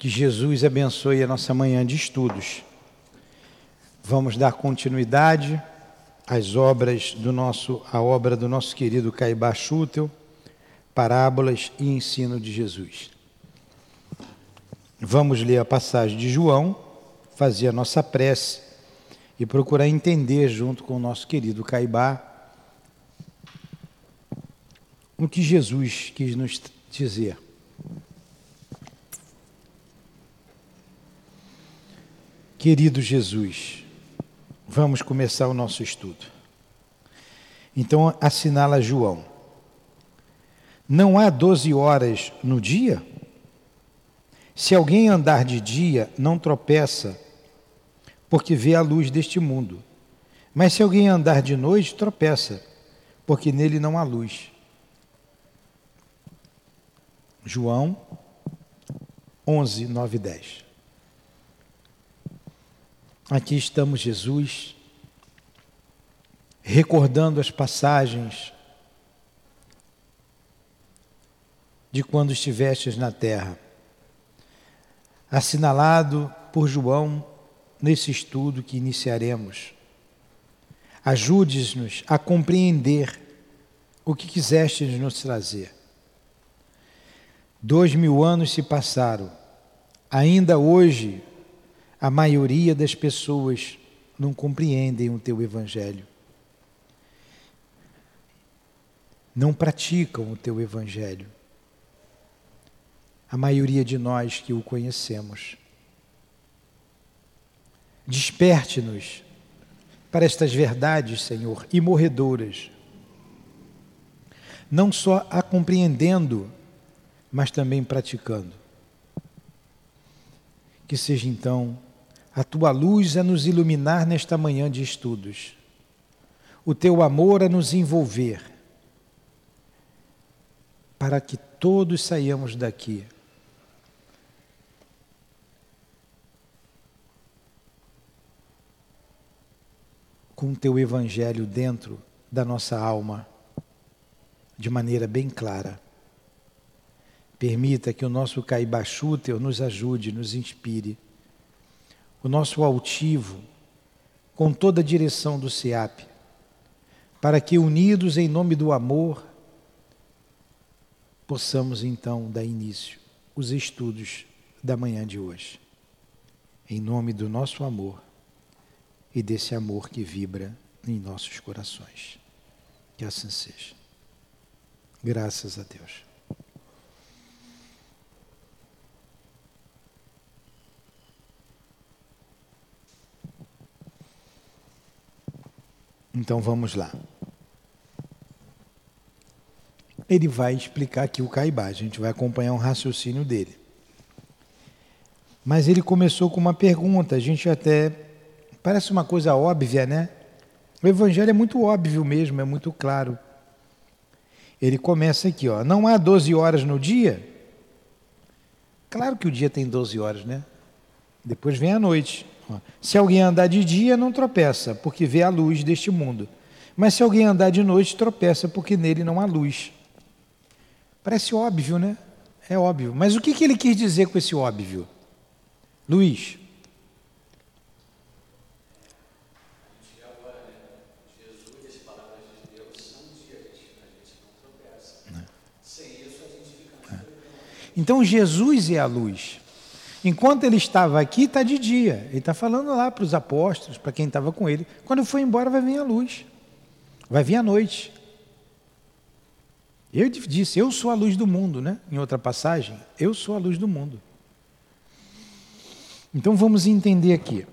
Que Jesus abençoe a nossa manhã de estudos. Vamos dar continuidade às obras a obra do nosso querido Caibá Schutel, Parábolas e Ensino de Jesus. Vamos ler a passagem de João, fazer a nossa prece e procurar entender junto com o nosso querido Caibá o que Jesus quis nos dizer. Querido Jesus, vamos começar o nosso estudo. Então assinala João. Não há 12 horas no dia? Se alguém andar de dia, não tropeça, porque vê a luz deste mundo. Mas se alguém andar de noite, tropeça, porque nele não há luz. João 11, 9 e 10. Aqui estamos, Jesus, recordando as passagens de quando estivestes na terra, assinalado por João nesse estudo que iniciaremos. Ajude-nos a compreender o que quisestes nos trazer. 2000 anos se passaram, ainda hoje a maioria das pessoas não compreendem o teu evangelho. Não praticam o teu evangelho. A maioria de nós que o conhecemos. Desperte-nos para estas verdades, Senhor, imorredoras. Não só a compreendendo, mas também praticando. Que seja então a tua luz a nos iluminar nesta manhã de estudos, o teu amor a nos envolver, para que todos saiamos daqui com o teu evangelho dentro da nossa alma, de maneira bem clara. Permita que o nosso Caibá Schutel nos ajude, nos inspire. O nosso altivo, com toda a direção do SEAP, para que, unidos em nome do amor, possamos então dar início os estudos da manhã de hoje. Em nome do nosso amor e desse amor que vibra em nossos corações. Que assim seja. Graças a Deus. Então vamos lá. Ele vai explicar aqui o Caibá, a gente vai acompanhar um raciocínio dele. Mas ele começou com uma pergunta, a gente até... Parece uma coisa óbvia, né? O Evangelho é muito óbvio mesmo, é muito claro. Ele começa aqui, ó. Não há 12 horas no dia? Claro que o dia tem 12 horas, né? Depois vem a noite. Se alguém andar de dia, não tropeça, porque vê a luz deste mundo. Mas se alguém andar de noite, tropeça, porque nele não há luz. Parece óbvio, né? É óbvio. Mas o que ele quis dizer com esse óbvio? Luiz? Jesus e as palavras de Deus são dia, a gente não tropeça. Sem isso, a gente fica... Então, Jesus é a luz. Enquanto ele estava aqui, está de dia. Ele está falando lá para os apóstolos, para quem estava com ele. Quando for embora, vai vir a luz. Vai vir a noite. Eu disse, eu sou a luz do mundo, né? Em outra passagem, eu sou a luz do mundo. Então vamos entender aqui.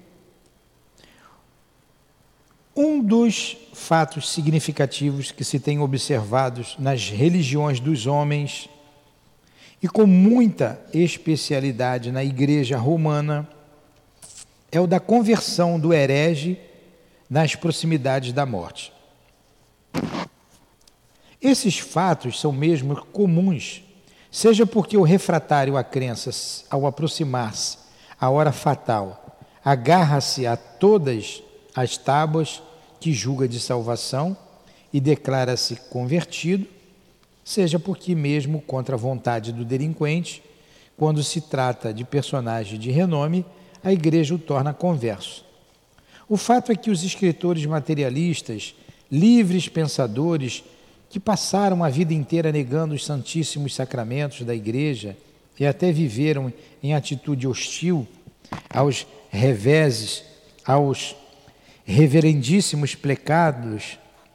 Um dos fatos significativos que se tem observados nas religiões dos homens e com muita especialidade na Igreja Romana, é o da conversão do herege nas proximidades da morte. Esses fatos são mesmo comuns, seja porque o refratário à crença, ao aproximar-se à hora fatal, agarra-se a todas as tábuas que julga de salvação e declara-se convertido, seja porque mesmo contra a vontade do delinquente, quando se trata de personagem de renome, a Igreja o torna converso. O fato é que os escritores materialistas, livres pensadores, que passaram a vida inteira negando os santíssimos sacramentos da Igreja e até viveram em atitude hostil aos reveses, aos reverendíssimos preclados,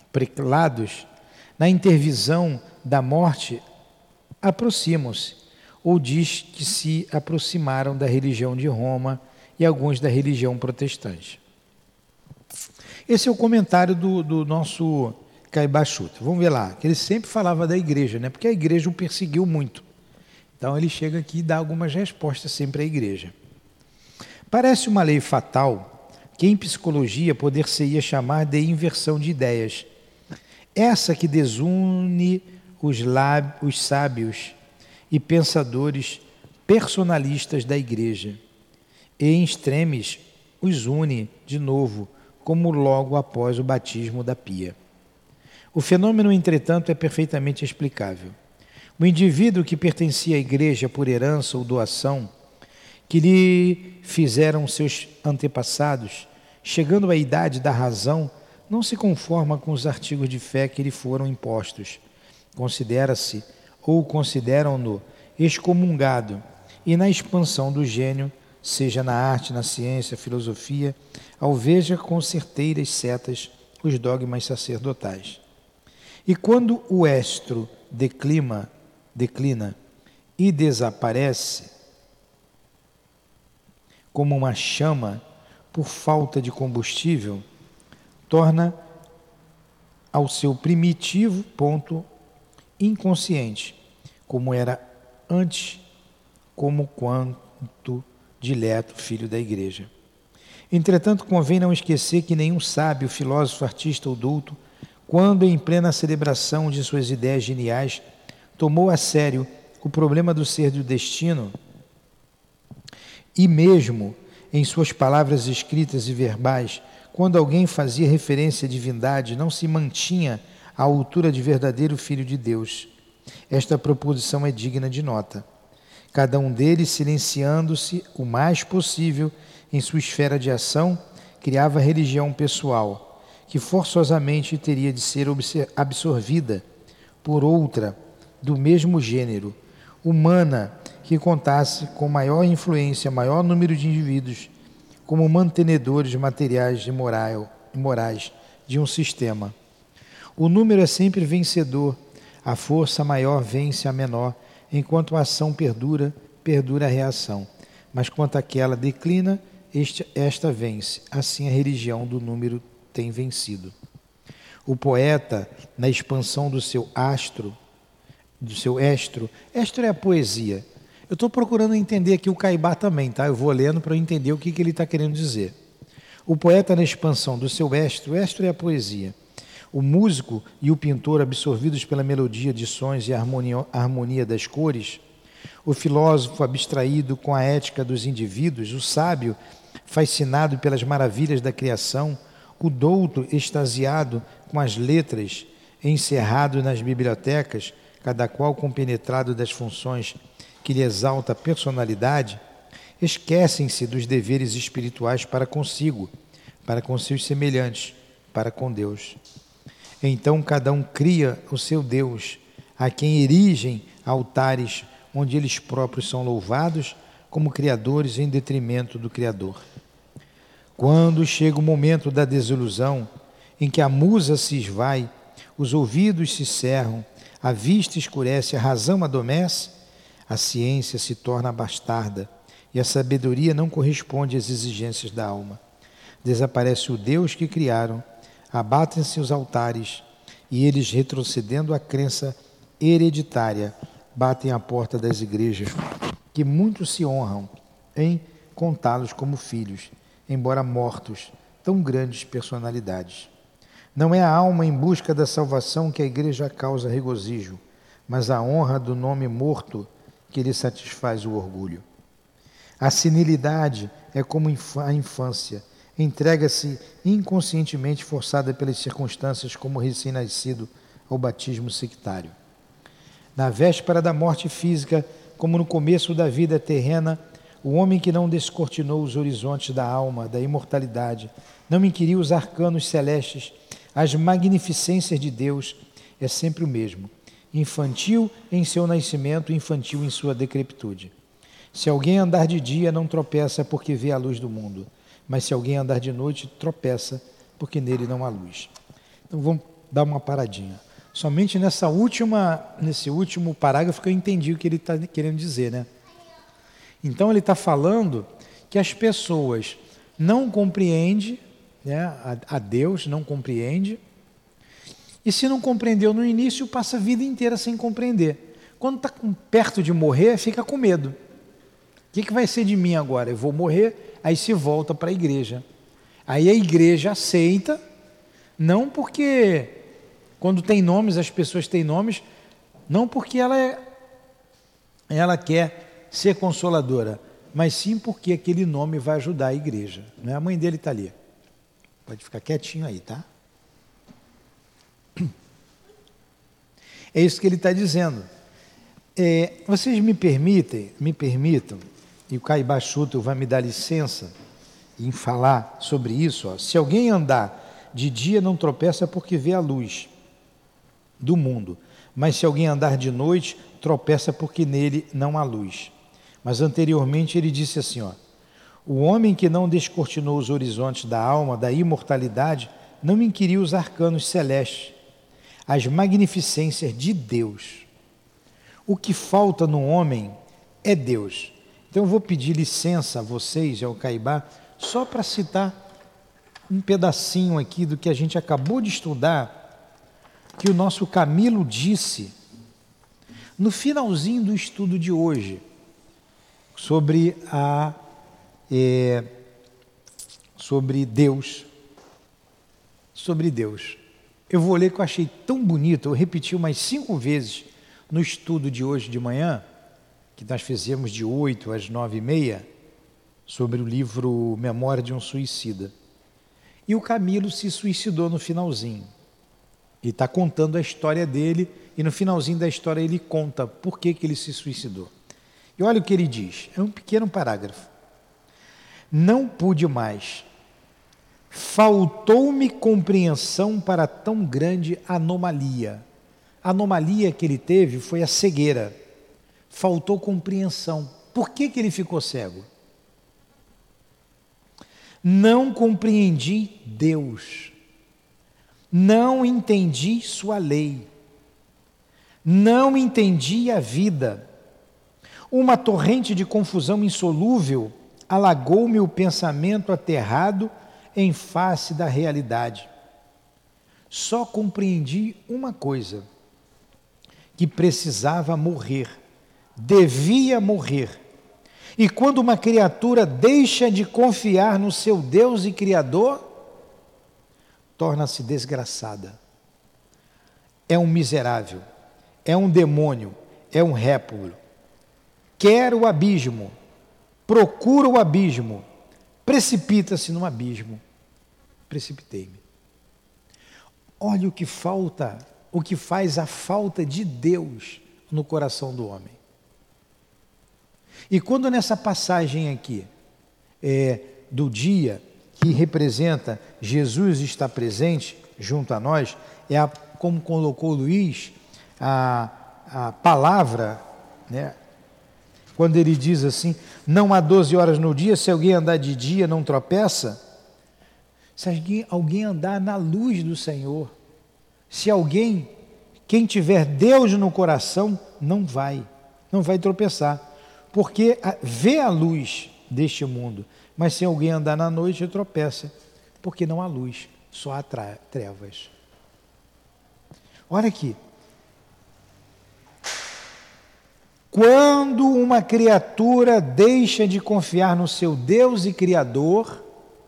na intervisão da morte, aproximam-se, ou diz que se aproximaram da religião de Roma e alguns da religião protestante. Esse é o comentário do nosso Caibachuta. Vamos ver lá, que ele sempre falava da igreja, né? Porque a igreja o perseguiu muito. Então ele chega aqui e dá algumas respostas sempre à igreja. Parece uma lei fatal que em psicologia poder-se-ia chamar de inversão de ideias. Essa que desune os sábios e pensadores personalistas da igreja e em extremis os une de novo, como logo após o batismo da pia. O fenômeno, entretanto, é perfeitamente explicável. O indivíduo que pertencia à igreja por herança ou doação, que lhe fizeram seus antepassados, chegando à idade da razão, não se conforma com os artigos de fé que lhe foram impostos. Considera-se ou consideram-no excomungado e na expansão do gênio, seja na arte, na ciência, filosofia, alveja com certeiras setas os dogmas sacerdotais. E quando o estro declina e desaparece como uma chama por falta de combustível, torna ao seu primitivo ponto inconsciente, como era antes, como quanto dileto filho da igreja. Entretanto, convém não esquecer que nenhum sábio, filósofo, artista ou douto, quando em plena celebração de suas ideias geniais, tomou a sério o problema do ser do destino e mesmo em suas palavras escritas e verbais, quando alguém fazia referência à divindade, não se mantinha à altura de verdadeiro filho de Deus. Esta proposição é digna de nota. Cada um deles, silenciando-se o mais possível em sua esfera de ação, criava religião pessoal, que forçosamente teria de ser absorvida por outra do mesmo gênero, humana, que contasse com maior influência, maior número de indivíduos, como mantenedores materiais e morais de um sistema. O número é sempre vencedor, a força maior vence a menor, enquanto a ação perdura a reação. Mas quanto àquela declina, esta vence. Assim a religião do número tem vencido. O poeta, na expansão do seu estro, estro é a poesia. Eu estou procurando entender aqui o Caibá também, tá? Eu vou lendo para eu entender o que ele está querendo dizer. O poeta, na expansão do seu estro é a poesia. O músico e o pintor, absorvidos pela melodia de sons e a harmonia das cores, o filósofo, abstraído com a ética dos indivíduos, o sábio, fascinado pelas maravilhas da criação, o douto, extasiado com as letras, encerrado nas bibliotecas, cada qual compenetrado das funções que lhe exalta a personalidade, esquecem-se dos deveres espirituais para consigo, para com seus semelhantes, para com Deus. Então cada um cria o seu Deus, a quem erigem altares onde eles próprios são louvados como criadores em detrimento do Criador. Quando chega o momento da desilusão, em que a musa se esvai, os ouvidos se cerram, a vista escurece, a razão adormece, a ciência se torna bastarda e a sabedoria não corresponde às exigências da alma. Desaparece o Deus que criaram, abatem-se os altares e eles, retrocedendo à crença hereditária, batem à porta das igrejas, que muitos se honram em contá-los como filhos, embora mortos, tão grandes personalidades. Não é a alma em busca da salvação que a igreja causa regozijo, mas a honra do nome morto que lhe satisfaz o orgulho. A senilidade é como a infância, entrega-se inconscientemente forçada pelas circunstâncias como recém-nascido ao batismo sectário. Na véspera da morte física, como no começo da vida terrena, o homem que não descortinou os horizontes da alma, da imortalidade, não inquiriu os arcanos celestes, as magnificências de Deus, é sempre o mesmo, infantil em seu nascimento, infantil em sua decrepitude. Se alguém andar de dia, não tropeça porque vê a luz do mundo, mas se alguém andar de noite, tropeça porque nele não há luz. Então vamos dar uma paradinha. Somente nesse último parágrafo que eu entendi o que ele está querendo dizer, né? Então ele está falando que as pessoas não compreendem, né, a Deus, não compreende, e se não compreendeu no início, passa a vida inteira sem compreender. Quando está perto de morrer, fica com medo. O que vai ser de mim agora? Eu vou morrer, aí se volta para a igreja. Aí a igreja aceita, não porque, quando tem nomes, as pessoas têm nomes, não porque ela quer ser consoladora, mas sim porque aquele nome vai ajudar a igreja. Não é? A mãe dele está ali. Pode ficar quietinho aí, tá? É isso que ele está dizendo. Vocês me permitam, e o Caibá Schutel vai me dar licença em falar sobre isso. Ó. Se alguém andar de dia, não tropeça porque vê a luz do mundo, mas se alguém andar de noite, tropeça porque nele não há luz. Mas anteriormente ele disse assim, ó, o homem que não descortinou os horizontes da alma, da imortalidade, não inquiriu os arcanos celestes, as magnificências de Deus. O que falta no homem é Deus. Então eu vou pedir licença a vocês, ao Caibá, só para citar um pedacinho aqui do que a gente acabou de estudar, que o nosso Camilo disse no finalzinho do estudo de hoje, sobre Deus. Sobre Deus. Eu vou ler que eu achei tão bonito, eu repeti umas 5 vezes no estudo de hoje de manhã, que nós fizemos de 8 às 9h30, sobre o livro Memória de um Suicida. E o Camilo se suicidou no finalzinho. Ele está contando a história dele, e no finalzinho da história ele conta por que ele se suicidou. E olha o que ele diz, é um pequeno parágrafo. Não pude mais. Faltou-me compreensão para tão grande anomalia. A anomalia que ele teve foi a cegueira. Faltou compreensão. Por que ele ficou cego? Não compreendi Deus. Não entendi sua lei. Não entendi a vida. Uma torrente de confusão insolúvel alagou-me o pensamento aterrado em face da realidade. Só compreendi uma coisa, que precisava morrer, devia morrer. E quando uma criatura deixa de confiar no seu Deus e Criador, torna-se desgraçada. É um miserável, é um demônio, é um réprobo. Quer o abismo, procura o abismo, precipita-se no abismo. Precipitei-me. Olha o que falta, o que faz a falta de Deus no coração do homem. E quando nessa passagem aqui, do dia, que representa Jesus está presente junto a nós, como colocou Luiz, a palavra, né? Quando ele diz assim, não há 12 horas no dia, se alguém andar de dia não tropeça. Se alguém andar na luz do Senhor, quem tiver Deus no coração, não vai tropeçar, porque vê a luz deste mundo, mas se alguém andar na noite, tropeça, porque não há luz, só há trevas. Olha aqui, quando uma criatura deixa de confiar no seu Deus e Criador,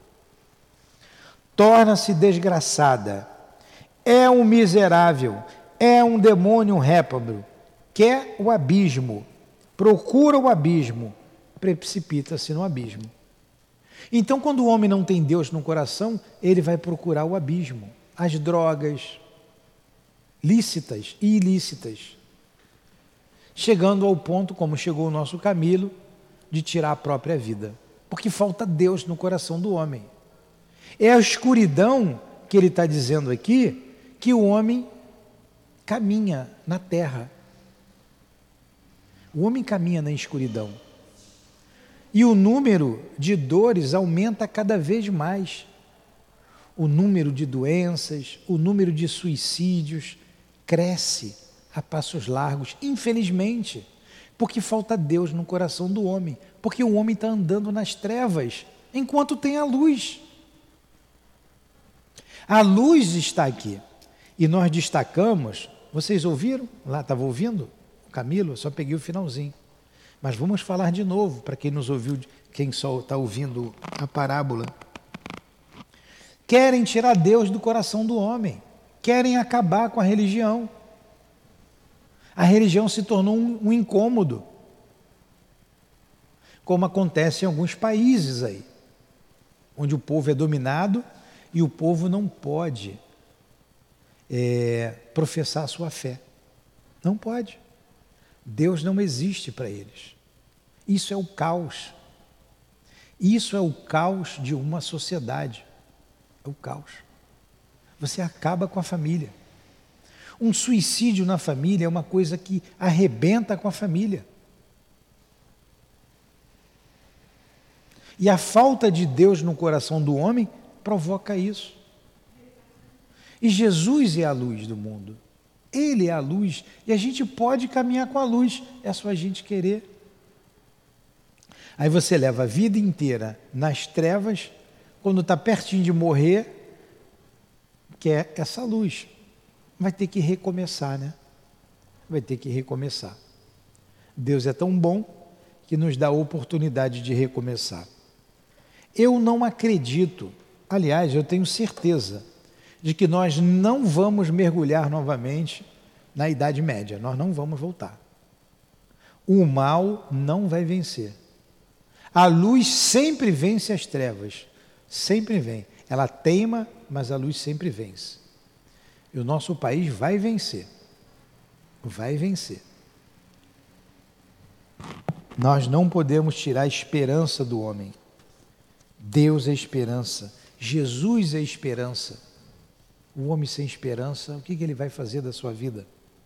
torna-se desgraçada, é um miserável, é um demônio, um réprobo, quer o abismo, procura o abismo, precipita-se no abismo. Então, quando o homem não tem Deus no coração, ele vai procurar o abismo, as drogas, lícitas e ilícitas. chegando ao ponto, como chegou o nosso Camilo, de tirar a própria vida. Porque falta Deus no coração do homem. É a escuridão que ele está dizendo aqui, que o homem caminha na terra. O homem caminha na escuridão. E o número de dores aumenta cada vez mais. O número de doenças, o número de suicídios cresce a passos largos, infelizmente, porque falta Deus no coração do homem, porque o homem está andando nas trevas, enquanto tem a luz. A luz está aqui, e nós destacamos, vocês ouviram? Lá, estava ouvindo? O Camilo, eu só peguei o finalzinho. Mas vamos falar de novo, para quem nos ouviu, quem só está ouvindo a parábola. Querem tirar Deus do coração do homem, querem acabar com a religião. A religião se tornou um incômodo, como acontece em alguns países aí, onde o povo é dominado e o povo não pode professar a sua fé. Não pode. Deus não existe para eles. Isso é o caos. Isso é o caos de uma sociedade. É o caos. Você acaba com a família. Um suicídio na família é uma coisa que arrebenta com a família. E a falta de Deus no coração do homem provoca isso. E Jesus é a luz do mundo. Ele é a luz e a gente pode caminhar com a luz, é só a gente querer. Aí você leva a vida inteira nas trevas, quando está pertinho de morrer, quer essa luz. Vai ter que recomeçar, né? Vai ter que recomeçar. Deus é tão bom que nos dá a oportunidade de recomeçar. Eu não acredito, aliás, eu tenho certeza de que nós não vamos mergulhar novamente na Idade Média, nós não vamos voltar. O mal não vai vencer. A luz sempre vence as trevas, sempre vem. Ela teima, mas a luz sempre vence. E o nosso país vai vencer, vai vencer. Nós não podemos tirar a esperança do homem. Deus é esperança, Jesus é esperança. O homem sem esperança, o que ele vai fazer da sua vida?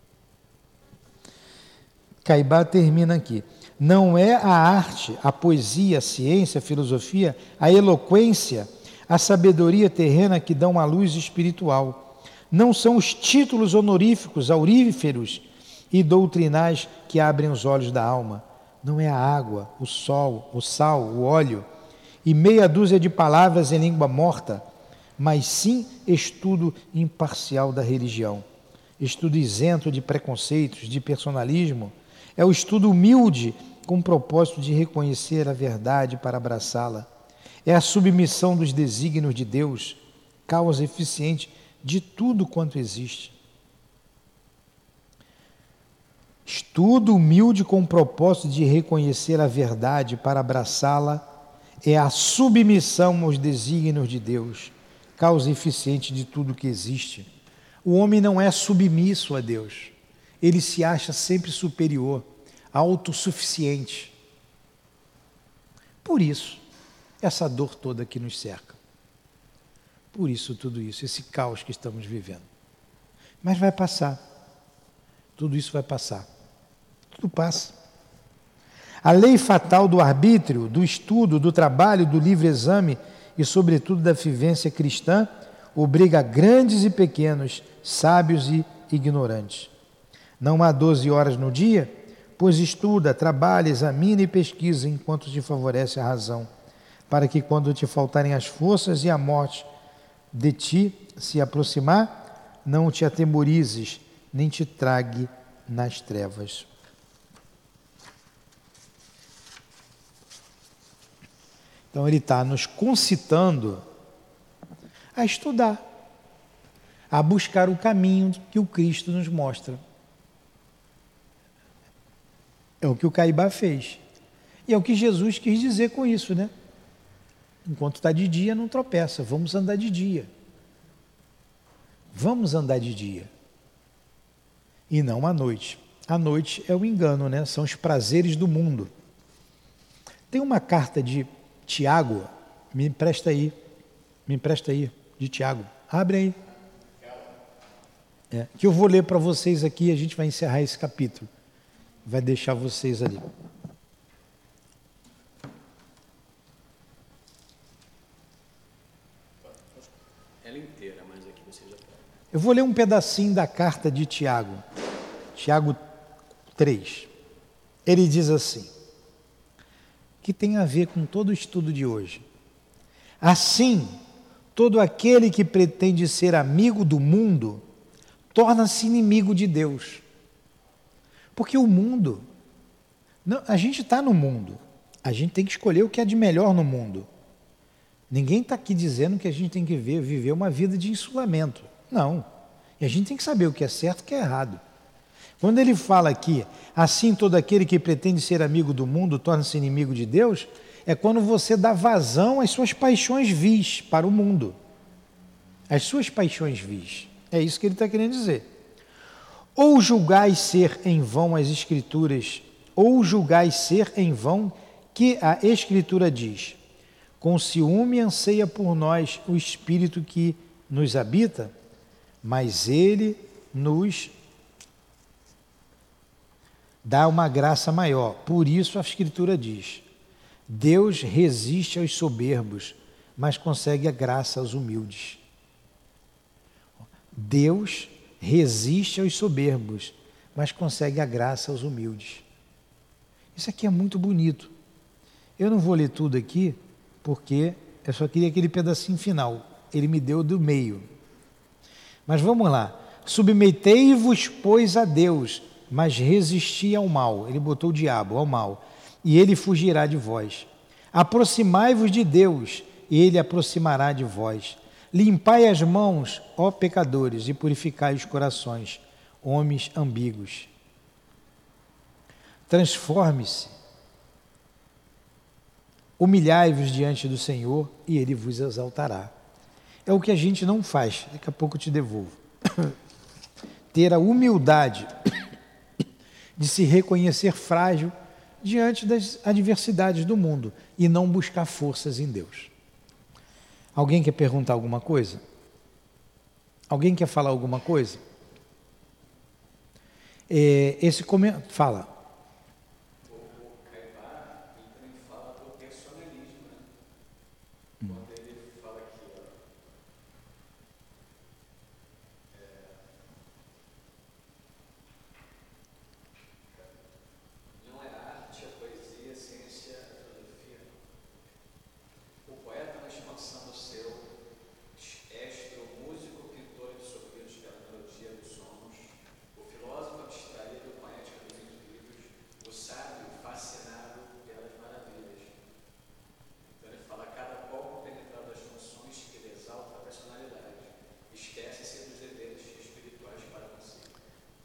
Caibá termina aqui. Não é a arte, a poesia, a ciência, a filosofia, a eloquência, a sabedoria terrena que dão a luz espiritual. Não são os títulos honoríficos, auríferos e doutrinais que abrem os olhos da alma. Não é a água, o sol, o sal, o óleo e meia dúzia de palavras em língua morta, mas sim estudo imparcial da religião, estudo isento de preconceitos, de personalismo, é o estudo humilde com o propósito de reconhecer a verdade para abraçá-la, é a submissão dos desígnios de Deus, causa eficiente de tudo quanto existe. Estudo humilde com o propósito de reconhecer a verdade para abraçá-la é a submissão aos desígnios de Deus, causa eficiente de tudo que existe. O homem não é submisso a Deus. Ele se acha sempre superior, autossuficiente. Por isso, essa dor toda que nos cerca. Por isso, tudo isso, esse caos que estamos vivendo. Mas vai passar. Tudo isso vai passar. Tudo passa. A lei fatal do arbítrio, do estudo, do trabalho, do livre exame e, sobretudo, da vivência cristã, obriga grandes e pequenos, sábios e ignorantes. Não há 12 horas no dia, pois estuda, trabalha, examina e pesquisa enquanto te favorece a razão, para que quando te faltarem as forças e a morte de ti se aproximar, não te atemorizes, nem te trague nas trevas. Então ele está nos concitando a estudar, a buscar o caminho que o Cristo nos mostra. É o que o Caibá fez. E é o que Jesus quis dizer com isso, né? Enquanto está de dia, não tropeça. Vamos andar de dia. Vamos andar de dia. E não à noite. A noite é o engano, né? São os prazeres do mundo. Tem uma carta de Tiago, me empresta aí, de Tiago. Abre aí. Que eu vou ler para vocês aqui, a gente vai encerrar esse capítulo. Vai deixar vocês ali. Ela inteira, mas aqui você já pode. Eu vou ler um pedacinho da carta de Tiago. Tiago 3. Ele diz assim, que tem a ver com todo o estudo de hoje. Assim, todo aquele que pretende ser amigo do mundo torna-se inimigo de Deus. Porque o mundo, a gente está no mundo, a gente tem que escolher o que é de melhor no mundo. Ninguém está aqui dizendo que a gente tem que viver uma vida de insulamento. Não. E a gente tem que saber o que é certo e o que é errado. Quando ele fala aqui, assim todo aquele que pretende ser amigo do mundo torna-se inimigo de Deus, é quando você dá vazão às suas paixões vis para o mundo. As suas paixões vis. É isso que ele está querendo dizer. Ou julgais ser em vão as Escrituras, ou julgais ser em vão que a Escritura diz, com ciúme anseia por nós o Espírito que nos habita, mas ele nos dá uma graça maior. Por isso a Escritura diz, Deus resiste aos soberbos, mas concede a graça aos humildes. Deus resiste aos soberbos, mas concede a graça aos humildes. Isso aqui é muito bonito. Eu não vou ler tudo aqui, porque eu só queria aquele pedacinho final. Ele me deu do meio. Mas vamos lá. Submetei-vos, pois, a Deus, mas resisti ao mal. Ele botou o diabo, ao mal. E ele fugirá de vós. Aproximai-vos de Deus, e ele aproximará de vós. Limpai as mãos, ó pecadores, e purificai os corações, homens ambíguos. Transforme-se. Humilhai-vos diante do Senhor, e ele vos exaltará. É o que a gente não faz. Daqui a pouco eu te devolvo. Ter a humildade de se reconhecer frágil diante das adversidades do mundo e não buscar forças em Deus. Alguém quer perguntar alguma coisa? Alguém quer falar alguma coisa? Fala. O Caivá, ele também fala do personalismo, né? Quando ele fala aqui, ó, não é arte, a poesia, a ciência, a filosofia. O poeta na expansão do seu estro, músico, pintor absorvidos pela melodia dos sons, o filósofo abstraído com a ética dos indivíduos, o sábio fascinado pelas maravilhas. Então ele fala, cada qual penetrado das funções que lhe exalta a personalidade, esquece-se dos deveres espirituais para consigo.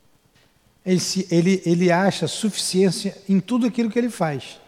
Ele acha suficiência em tudo aquilo que ele faz.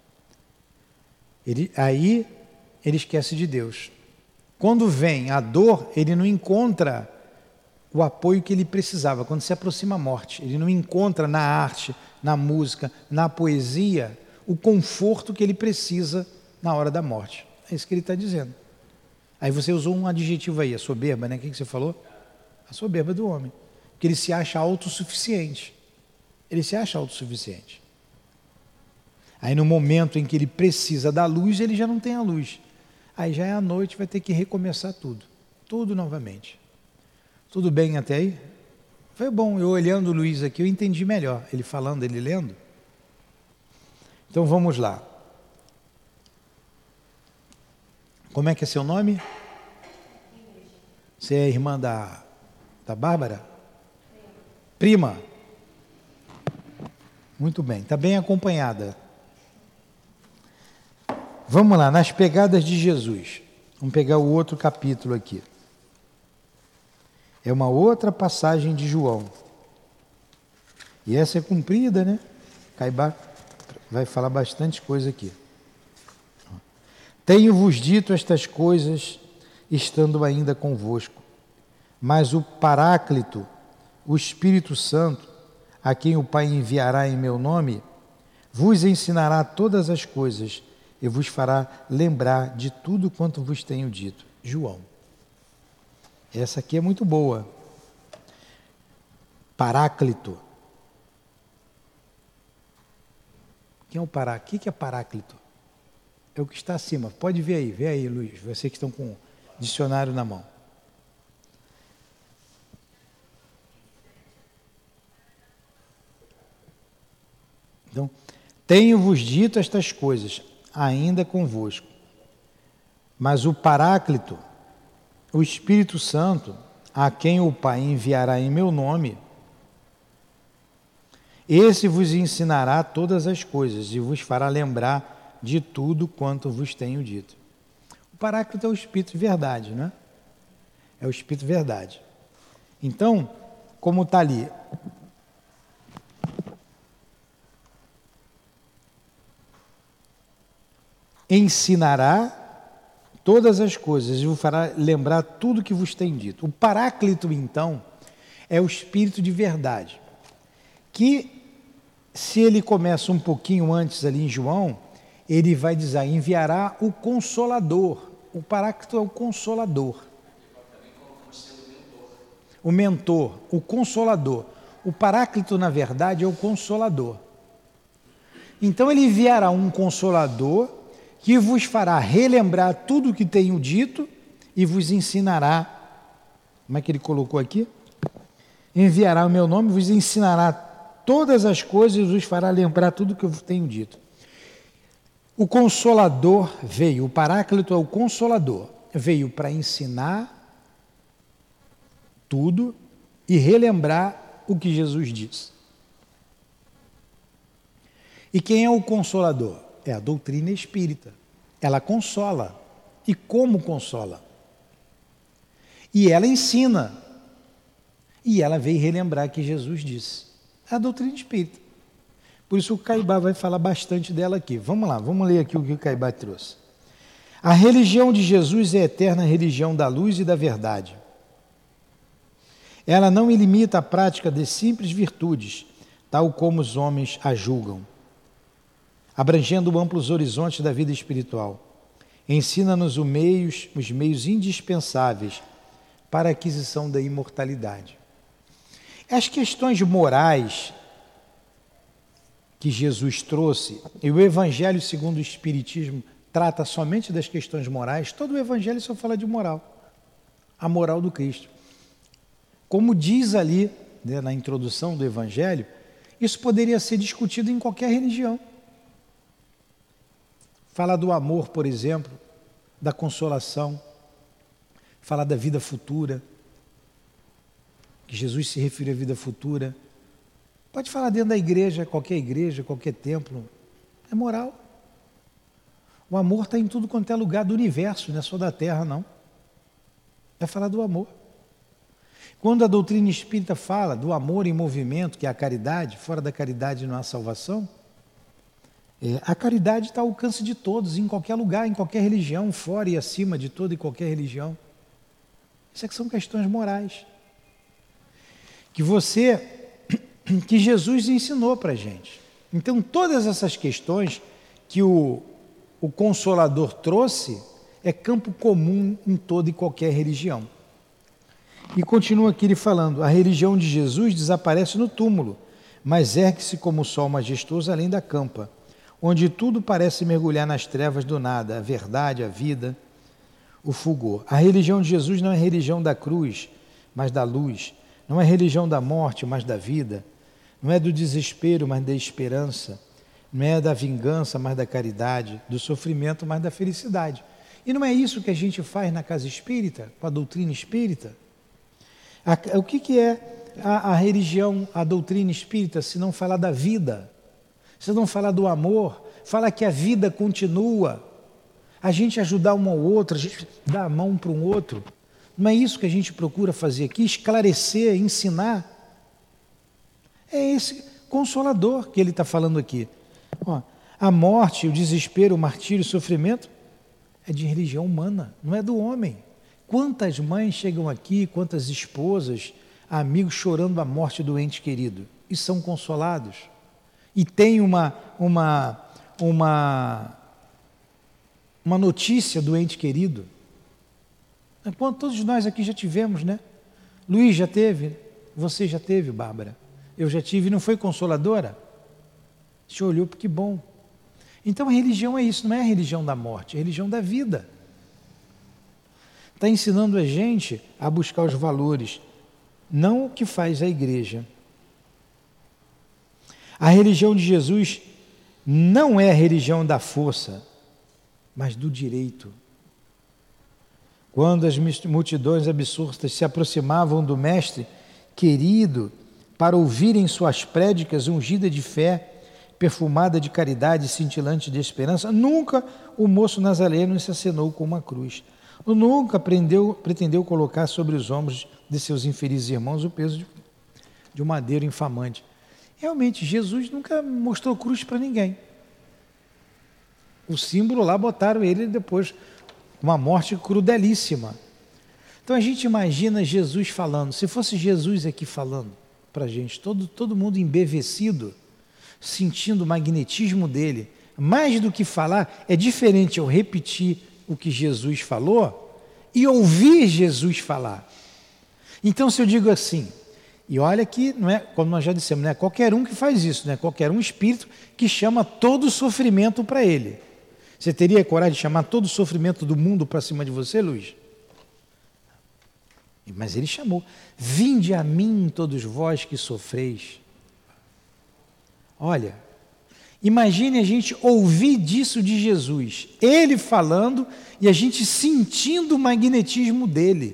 Aí ele esquece de Deus. Quando vem a dor, ele não encontra o apoio que ele precisava. Quando se aproxima a morte, ele não encontra na arte, na música, na poesia, o conforto que ele precisa na hora da morte. É isso que ele está dizendo. Aí você usou um adjetivo aí, a soberba, né? O que você falou? A soberba do homem. Porque ele se acha autossuficiente. Ele se acha autossuficiente. Aí no momento em que ele precisa da luz, ele já não tem a luz. Aí já é a noite, vai ter que recomeçar tudo. Tudo novamente. Tudo bem até aí? Foi bom, eu olhando o Luiz aqui, eu entendi melhor. Ele falando, ele lendo. Então vamos lá. Como é que é seu nome? Você é irmã da Bárbara? Prima? Muito bem, está bem acompanhada. Vamos lá, nas pegadas de Jesus. Vamos pegar o outro capítulo aqui. É uma outra passagem de João. E essa é comprida, né? Caibá vai falar bastante coisa aqui. Tenho-vos dito estas coisas, estando ainda convosco. Mas o Paráclito, o Espírito Santo, a quem o Pai enviará em meu nome, vos ensinará todas as coisas e vos fará lembrar de tudo quanto vos tenho dito. João. Essa aqui é muito boa. Paráclito. Quem é o Paráclito? O que é Paráclito? É o que está acima. Pode ver aí, Luiz, vocês que estão com o dicionário na mão. Então, tenho-vos dito estas coisas, ainda convosco. Mas o Paráclito, o Espírito Santo, a quem o Pai enviará em meu nome, esse vos ensinará todas as coisas e vos fará lembrar de tudo quanto vos tenho dito. O Paráclito é o Espírito de verdade, não é? É o Espírito de verdade. Então, como está ali, ensinará todas as coisas e vos fará lembrar tudo que vos tenho dito. O Paráclito, então, é o Espírito de verdade, que, se ele começa um pouquinho antes ali em João, ele vai dizer, enviará o Consolador. O Paráclito é o Consolador. O mentor, o Consolador. O Paráclito, na verdade, é o Consolador. Então ele enviará um Consolador que vos fará relembrar tudo o que tenho dito e vos ensinará. Como é que ele colocou aqui? Enviará o meu nome, vos ensinará todas as coisas e vos fará lembrar tudo o que eu tenho dito. O Consolador veio, o Paráclito é o Consolador, veio para ensinar tudo e relembrar o que Jesus disse. E quem é o Consolador? É a doutrina espírita. Ela consola. E como consola? E ela ensina. E ela veio relembrar que Jesus disse. É a doutrina espírita. Por isso o Caibá vai falar bastante dela aqui. Vamos lá, vamos ler aqui o que o Caibá trouxe. A religião de Jesus é a eterna religião da luz e da verdade. Ela não limita a prática de simples virtudes, tal como os homens a julgam, abrangendo amplos horizontes da vida espiritual. Ensina-nos os meios indispensáveis para a aquisição da imortalidade. As questões morais que Jesus trouxe, e o Evangelho segundo o Espiritismo trata somente das questões morais, todo o Evangelho só fala de moral, a moral do Cristo. Como diz ali, né, na introdução do Evangelho, isso poderia ser discutido em qualquer religião. Fala do amor, por exemplo, da consolação, fala da vida futura, que Jesus se refere à vida futura. Pode falar dentro da igreja, qualquer templo. É moral. O amor está em tudo quanto é lugar do universo, não é só da terra, não. É falar do amor. Quando a doutrina espírita fala do amor em movimento, que é a caridade, fora da caridade não há salvação, a caridade está ao alcance de todos, em qualquer lugar, em qualquer religião, fora e acima de toda e qualquer religião. Isso é que são questões morais. Que Jesus ensinou para a gente. Então, todas essas questões que o Consolador trouxe é campo comum em toda e qualquer religião. E continua aqui ele falando, a religião de Jesus desaparece no túmulo, mas ergue-se como o sol majestoso além da campa, onde tudo parece mergulhar nas trevas do nada, a verdade, a vida, o fulgor. A religião de Jesus não é religião da cruz, mas da luz. Não é religião da morte, mas da vida. Não é do desespero, mas da esperança. Não é da vingança, mas da caridade. Do sofrimento, mas da felicidade. E não é isso que a gente faz na casa espírita, com a doutrina espírita? O que é a religião, a doutrina espírita, se não falar da vida? Se não falar do amor, fala que a vida continua. A gente ajudar um ao outro, a gente dar a mão para um outro. Não é isso que a gente procura fazer aqui? Esclarecer, ensinar. É esse Consolador que ele está falando aqui. Ó, a morte, o desespero, o martírio, o sofrimento é de religião humana, não é do homem. Quantas mães chegam aqui, quantas esposas, amigos chorando a morte do ente querido. e são consolados. E tem uma notícia do ente querido. Enquanto todos nós aqui já tivemos, né? Luiz já teve, você já teve, Bárbara. Eu já tive, não foi consoladora? Você olhou, que bom. Então a religião é isso, não é a religião da morte, é a religião da vida. Está ensinando a gente a buscar os valores, não o que faz a igreja. A religião de Jesus não é a religião da força, mas do direito. Quando as multidões absurdas se aproximavam do Mestre querido para ouvirem suas prédicas ungidas de fé, perfumada de caridade e cintilante de esperança, nunca o moço nazareno se acenou com uma cruz. Nunca pretendeu colocar sobre os ombros de seus infelizes irmãos o peso de um madeiro infamante. Realmente, Jesus nunca mostrou cruz para ninguém. O símbolo lá botaram ele depois, uma morte crudelíssima. Então a gente imagina Jesus falando, se fosse Jesus aqui falando para a gente, todo mundo embevecido, sentindo o magnetismo dele. Mais do que falar, é diferente eu repetir o que Jesus falou e ouvir Jesus falar. Então se eu digo assim, e olha que, não é, como nós já dissemos, não é qualquer um que faz isso, não é qualquer um espírito que chama todo o sofrimento para ele. Você teria coragem de chamar todo o sofrimento do mundo para cima de você, Luiz? Mas ele chamou, vinde a mim todos vós que sofreis. Olha, imagine a gente ouvir disso de Jesus, ele falando e a gente sentindo o magnetismo dele.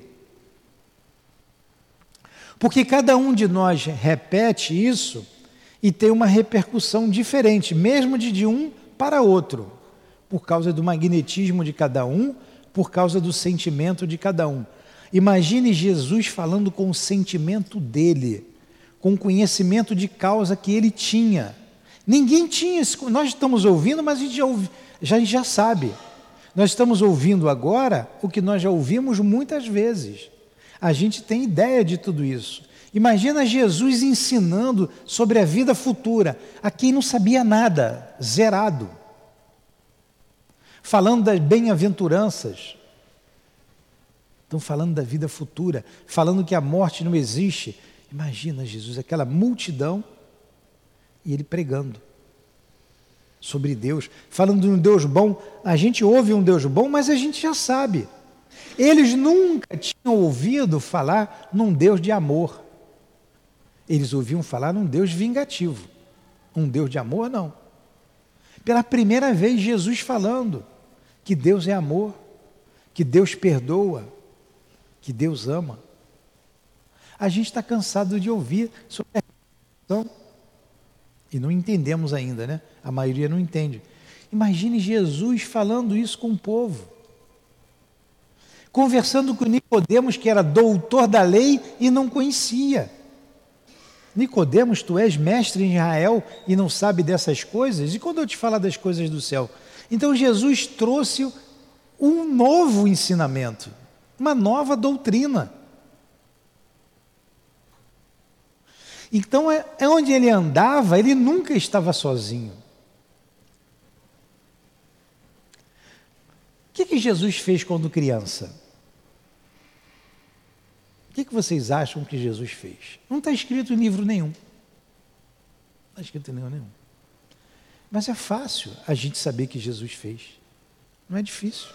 Porque cada um de nós repete isso e tem uma repercussão diferente, mesmo de um para outro, por causa do magnetismo de cada um, por causa do sentimento de cada um. Imagine Jesus falando com o sentimento dele, com o conhecimento de causa que ele tinha. Ninguém tinha isso. Nós estamos ouvindo, mas a gente já sabe. Nós estamos ouvindo agora o que nós já ouvimos muitas vezes. A gente tem ideia de tudo isso. Imagina Jesus ensinando sobre a vida futura a quem não sabia nada, zerado. Falando das bem-aventuranças. Estão falando da vida futura, falando que a morte não existe. Imagina Jesus, aquela multidão, e ele pregando sobre Deus, falando de um Deus bom. A gente ouve um Deus bom, mas a gente já sabe. Eles nunca tinham ouvido falar num Deus de amor. Eles ouviam falar num Deus vingativo. Um Deus de amor, não. Pela primeira vez, Jesus falando que Deus é amor, que Deus perdoa, que Deus ama. A gente está cansado de ouvir sobre a religião e não entendemos ainda, né? A maioria não entende. Imagine Jesus falando isso com o povo. Conversando com Nicodemos, que era doutor da lei e não conhecia. Nicodemos, tu és mestre em Israel e não sabe dessas coisas? E quando eu te falar das coisas do céu? Então Jesus trouxe um novo ensinamento, uma nova doutrina. Então é onde ele andava, ele nunca estava sozinho. O que Jesus fez quando criança? O que vocês acham que Jesus fez? Não está escrito em livro nenhum. Não está escrito em livro nenhum. Mas é fácil a gente saber que Jesus fez. Não é difícil.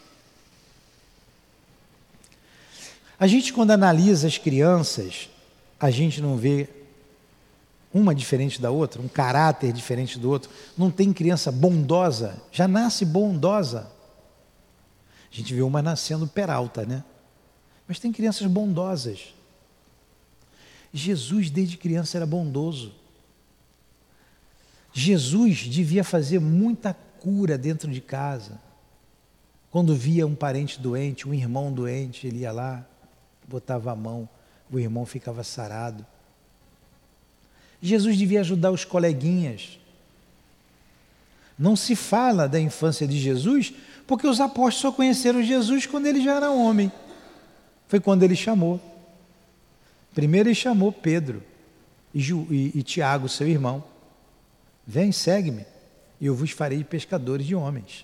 A gente, quando analisa as crianças, a gente não vê uma diferente da outra, um caráter diferente do outro. Não tem criança bondosa, já nasce bondosa. A gente vê uma nascendo peralta, né? Mas tem crianças bondosas. Jesus, desde criança, era bondoso. Jesus devia fazer muita cura dentro de casa. Quando via um parente doente, um irmão doente, ele ia lá, botava a mão, o irmão ficava sarado. Jesus devia ajudar os coleguinhas. Não se fala da infância de Jesus, porque os apóstolos só conheceram Jesus quando ele já era homem. Foi quando ele chamou. Primeiro ele chamou Pedro e Tiago, seu irmão, vem, segue-me, e eu vos farei pescadores de homens.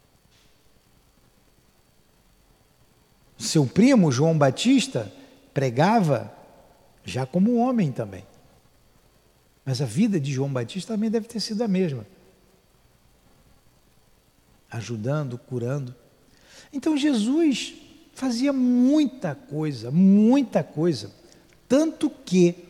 Seu primo, João Batista, pregava já como homem também. Mas a vida de João Batista também deve ter sido a mesma. Ajudando, curando. Então Jesus fazia muita coisa, tanto que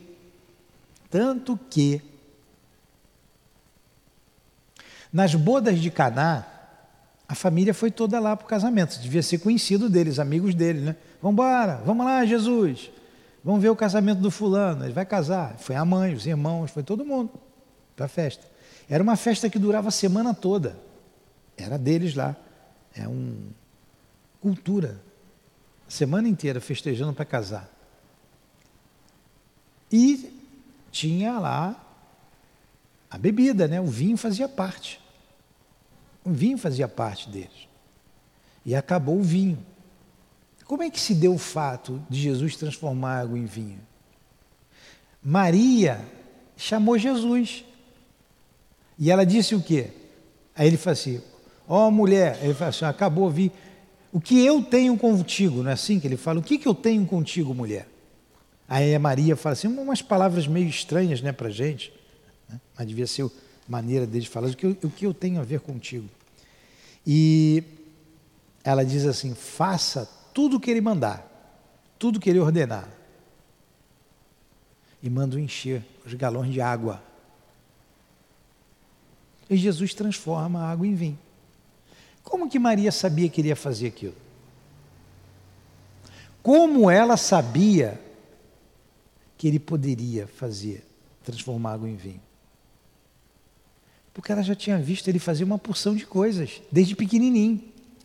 nas bodas de Caná, a família foi toda lá para o casamento, devia ser conhecido deles, amigos dele, né? Vamos embora, vamos lá, Jesus, vamos ver o casamento do fulano, ele vai casar. Foi a mãe, os irmãos, foi todo mundo para a festa. Era uma festa que durava a semana toda, era deles lá, é uma cultura, a semana inteira festejando para casar. E tinha lá a bebida, né? O vinho fazia parte. O vinho fazia parte deles. E acabou o vinho. Como é que se deu o fato de Jesus transformar água em vinho? Maria chamou Jesus. E ela disse o quê? Aí ele falou assim, ó mulher, ele falou assim, acabou o vinho. O que eu tenho contigo, não é assim que ele fala? O que eu tenho contigo, mulher? Aí a Maria fala assim, umas palavras meio estranhas, né, para a gente, né? Mas devia ser a maneira deles falar, o que eu tenho a ver contigo? E ela diz assim, faça tudo o que ele mandar, tudo o que ele ordenar. E manda encher os galões de água. E Jesus transforma a água em vinho. Como que Maria sabia que ele ia fazer aquilo? Como ela sabia que ele poderia fazer, transformar água em vinho? Porque ela já tinha visto ele fazer uma porção de coisas, desde pequenininho.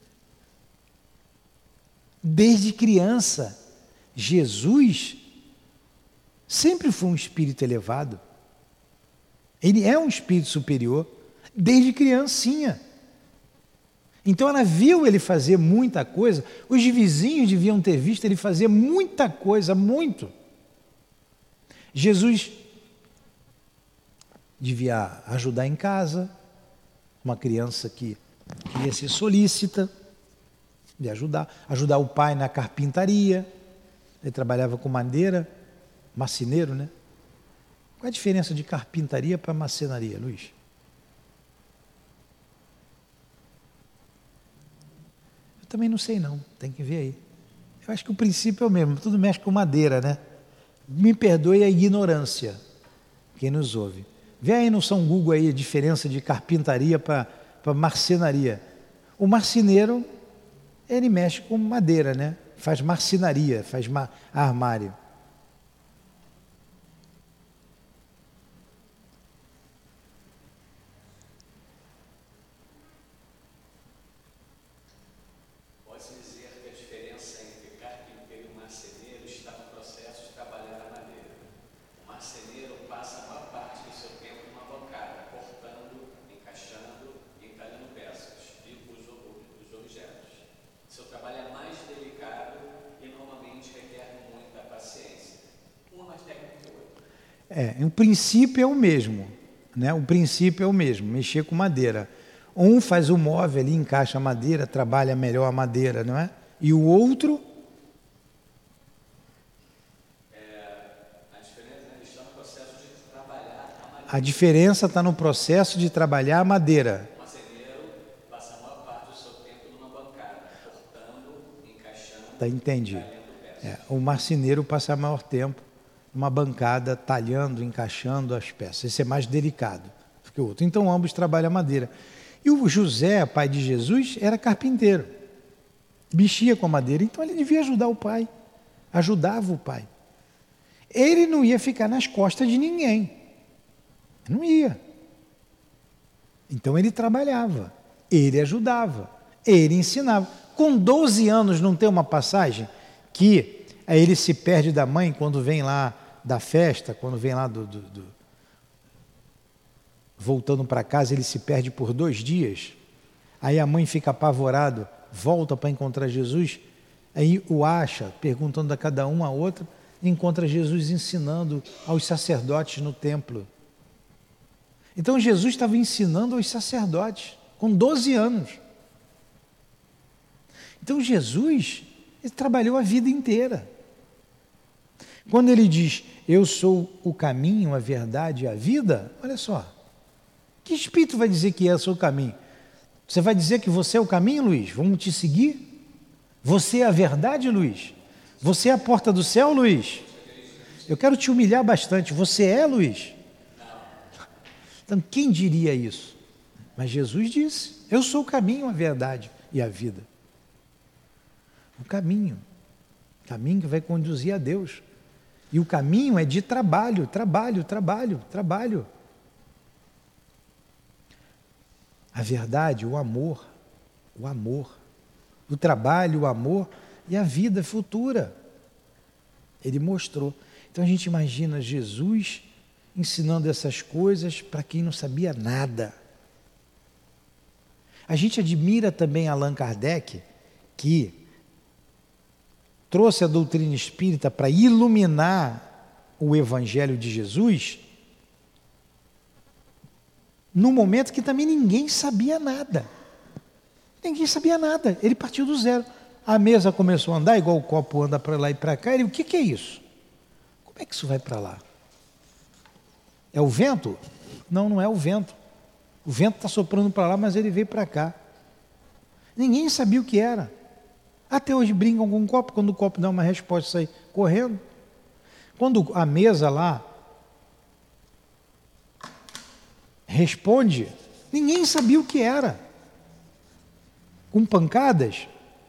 Desde criança. Jesus sempre foi um espírito elevado. Ele é um espírito superior, desde criancinha. Então ela viu ele fazer muita coisa, os vizinhos deviam ter visto ele fazer muita coisa, muito. Jesus devia ajudar em casa, uma criança que queria ser solícita, de ajudar o pai na carpintaria, ele trabalhava com madeira, marceneiro, né? Qual é a diferença de carpintaria para marcenaria, Luiz? Eu também não sei não, tem que ver aí. Eu acho que o princípio é o mesmo, tudo mexe com madeira, né? Me perdoe a ignorância, quem nos ouve. Vê aí no São Google aí a diferença de carpintaria para marcenaria. O marceneiro, ele mexe com madeira, né? Faz marcenaria, faz armário. Pode-se dizer que a diferença entre carpinteiro e marceneiro está no processo de trabalhar a madeira. O marceneiro passa a maior parte do seu tempo numa bancada, cortando, encaixando e entalhando peças e os objetos. Seu trabalho é mais delicado e normalmente requer muita paciência. Uma mais técnica que outra. O princípio é o mesmo, né? O princípio é o mesmo, mexer com madeira. Um faz o móvel ali, encaixa a madeira, trabalha melhor a madeira, não é? E o outro... A diferença está no processo de trabalhar a madeira. A diferença está no processo de trabalhar a madeira. O marceneiro passa a maior parte do seu tempo numa bancada, cortando, encaixando, Tá, entendi. entalhando peças. O marceneiro passa maior tempo numa bancada, talhando, encaixando as peças. Esse é mais delicado do que o outro. Então ambos trabalham a madeira. E o José, pai de Jesus, era carpinteiro. Mexia com a madeira, então ele devia ajudar o pai. Ajudava o pai. Ele não ia ficar nas costas de ninguém. Não ia. Então ele trabalhava, ele ajudava, ele ensinava. Com 12 anos não tem uma passagem que aí ele se perde da mãe quando vem lá da festa, quando vem lá voltando para casa, ele se perde por 2 dias. Aí a mãe fica apavorada, volta para encontrar Jesus, aí o acha, perguntando a cada um a outra, encontra Jesus ensinando aos sacerdotes no templo. Então Jesus estava ensinando aos sacerdotes, com 12 anos. Então Jesus, ele trabalhou a vida inteira. Quando ele diz, eu sou o caminho, a verdade e a vida, olha só, que espírito vai dizer que eu sou o caminho? Você vai dizer que você é o caminho, Luiz? Vamos te seguir? Você é a verdade, Luiz? Você é a porta do céu, Luiz? Eu quero te humilhar bastante. Você é, Luiz? Então, quem diria isso? Mas Jesus disse, eu sou o caminho, a verdade e a vida. O caminho que vai conduzir a Deus. E o caminho é de trabalho, trabalho, trabalho, trabalho. A verdade, o amor, o trabalho, o amor e a vida futura. Ele mostrou. Então a gente imagina Jesus ensinando essas coisas para quem não sabia nada. A gente admira também Allan Kardec, que trouxe a doutrina espírita para iluminar o Evangelho de Jesus, num momento que também ninguém sabia nada. Ninguém sabia nada. Ele partiu do zero. A mesa começou a andar, igual o copo anda para lá e para cá. Ele, o que é isso? Como é que isso vai para lá? É o vento? Não, não é o vento. O vento está soprando para lá, mas ele veio para cá. Ninguém sabia o que era. Até hoje brincam com o copo, quando o copo dá uma resposta, sai correndo. Quando a mesa lá responde, ninguém sabia o que era. Com pancadas,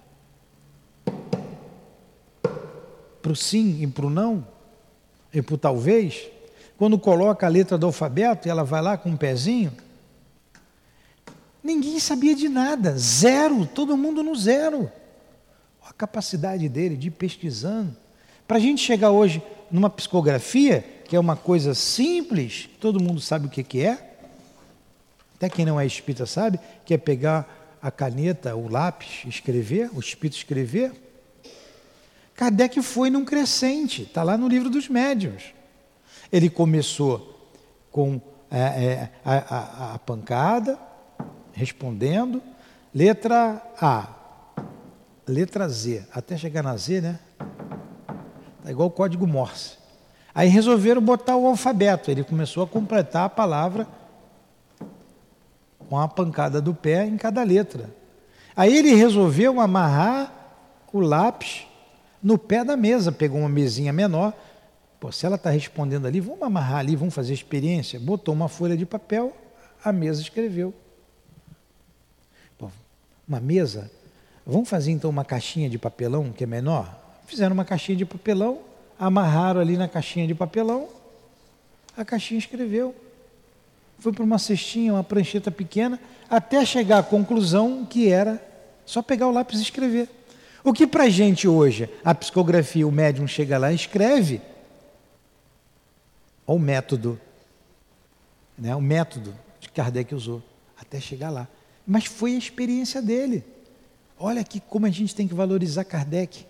para o sim e para o não, e para o talvez. Quando coloca a letra do alfabeto, ela vai lá com um pezinho. Ninguém sabia de nada, zero, todo mundo no zero. A capacidade dele de ir pesquisando. Para a gente chegar hoje numa psicografia, que é uma coisa simples, todo mundo sabe o que é. Até quem não é espírita sabe, que é pegar a caneta, o lápis, escrever, o espírito escrever. Kardec foi num crescente, está lá no livro dos médiuns. Ele começou com a pancada, respondendo, letra A, letra Z, até chegar na Z, né? Tá igual o código Morse. Aí resolveram botar o alfabeto, ele começou a completar a palavra com a pancada do pé em cada letra. Aí ele resolveu amarrar o lápis no pé da mesa, pegou uma mesinha menor. Pô, se ela está respondendo ali, vamos amarrar ali, vamos fazer experiência. Botou uma folha de papel, a mesa escreveu. Pô, uma mesa, vamos fazer então uma caixinha de papelão que é menor? Fizeram uma caixinha de papelão, amarraram ali na caixinha de papelão, a caixinha escreveu. Foi para uma cestinha, uma prancheta pequena, até chegar à conclusão que era só pegar o lápis e escrever. O que para a gente hoje, a psicografia, o médium chega lá e escreve, olha o método, né? O método que Kardec usou, até chegar lá. Mas foi a experiência dele. Olha aqui como a gente tem que valorizar Kardec.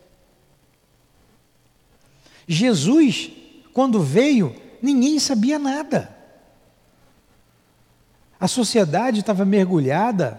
Jesus, quando veio, ninguém sabia nada. A sociedade estava mergulhada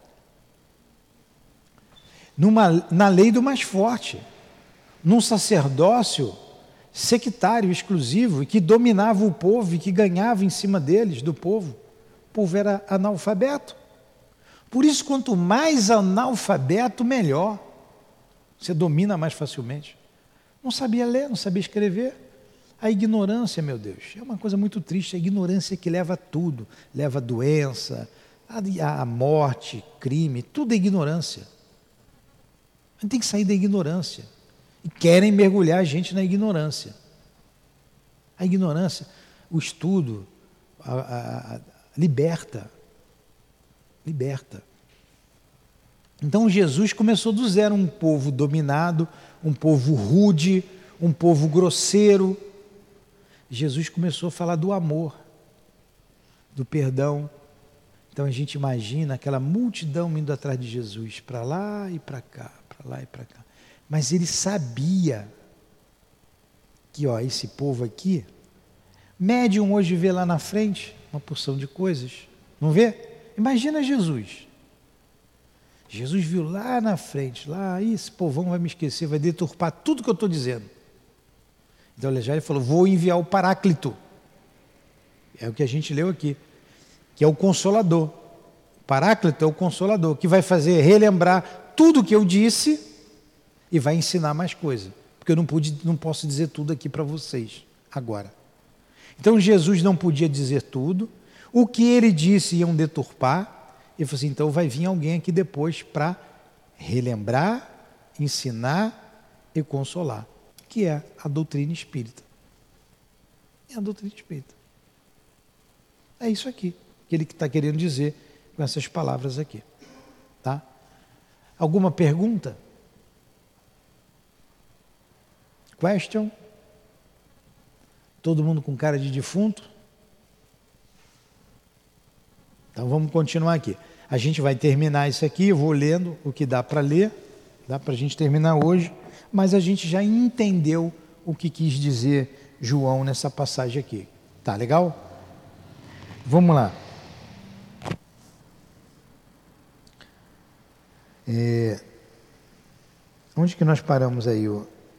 na lei do mais forte, num sacerdócio sectário exclusivo e que dominava o povo e que ganhava em cima deles, do povo. O povo era analfabeto. Por isso, quanto mais analfabeto, melhor. Você domina mais facilmente. Não sabia ler, não sabia escrever. A ignorância, meu Deus, é uma coisa muito triste. A ignorância que leva a tudo. Leva a doença, a morte, crime, tudo é ignorância. A gente tem que sair da ignorância. E querem mergulhar a gente na ignorância. A ignorância, o estudo, liberta. Liberta. Então Jesus começou do zero, um povo dominado, um povo rude, um povo grosseiro. Jesus começou a falar do amor, do perdão. Então a gente imagina aquela multidão indo atrás de Jesus, para lá e para cá, para lá e para cá. Mas ele sabia que ó, esse povo aqui, médium hoje vê lá na frente uma porção de coisas, não vê? Imagina Jesus. Jesus viu lá na frente, lá, esse povão vai me esquecer, vai deturpar tudo que eu estou dizendo. Então ele falou, vou enviar o Paráclito. É o que a gente leu aqui, que é o Consolador. O Paráclito é o Consolador, que vai fazer relembrar tudo que eu disse e vai ensinar mais coisas. Porque eu não posso dizer tudo aqui para vocês agora. Então Jesus não podia dizer tudo. O que ele disse iam deturpar. Ele falou assim, então vai vir alguém aqui depois para relembrar, ensinar e consolar. Que é a doutrina espírita. É a doutrina espírita. É isso aqui que ele está querendo dizer com essas palavras aqui. Tá? Alguma pergunta? Question? Todo mundo com cara de defunto? Então vamos continuar aqui. A gente vai terminar isso aqui, eu vou lendo o que dá para ler, dá para a gente terminar hoje, mas a gente já entendeu o que quis dizer João nessa passagem aqui. Tá legal? Vamos lá. Onde que nós paramos aí?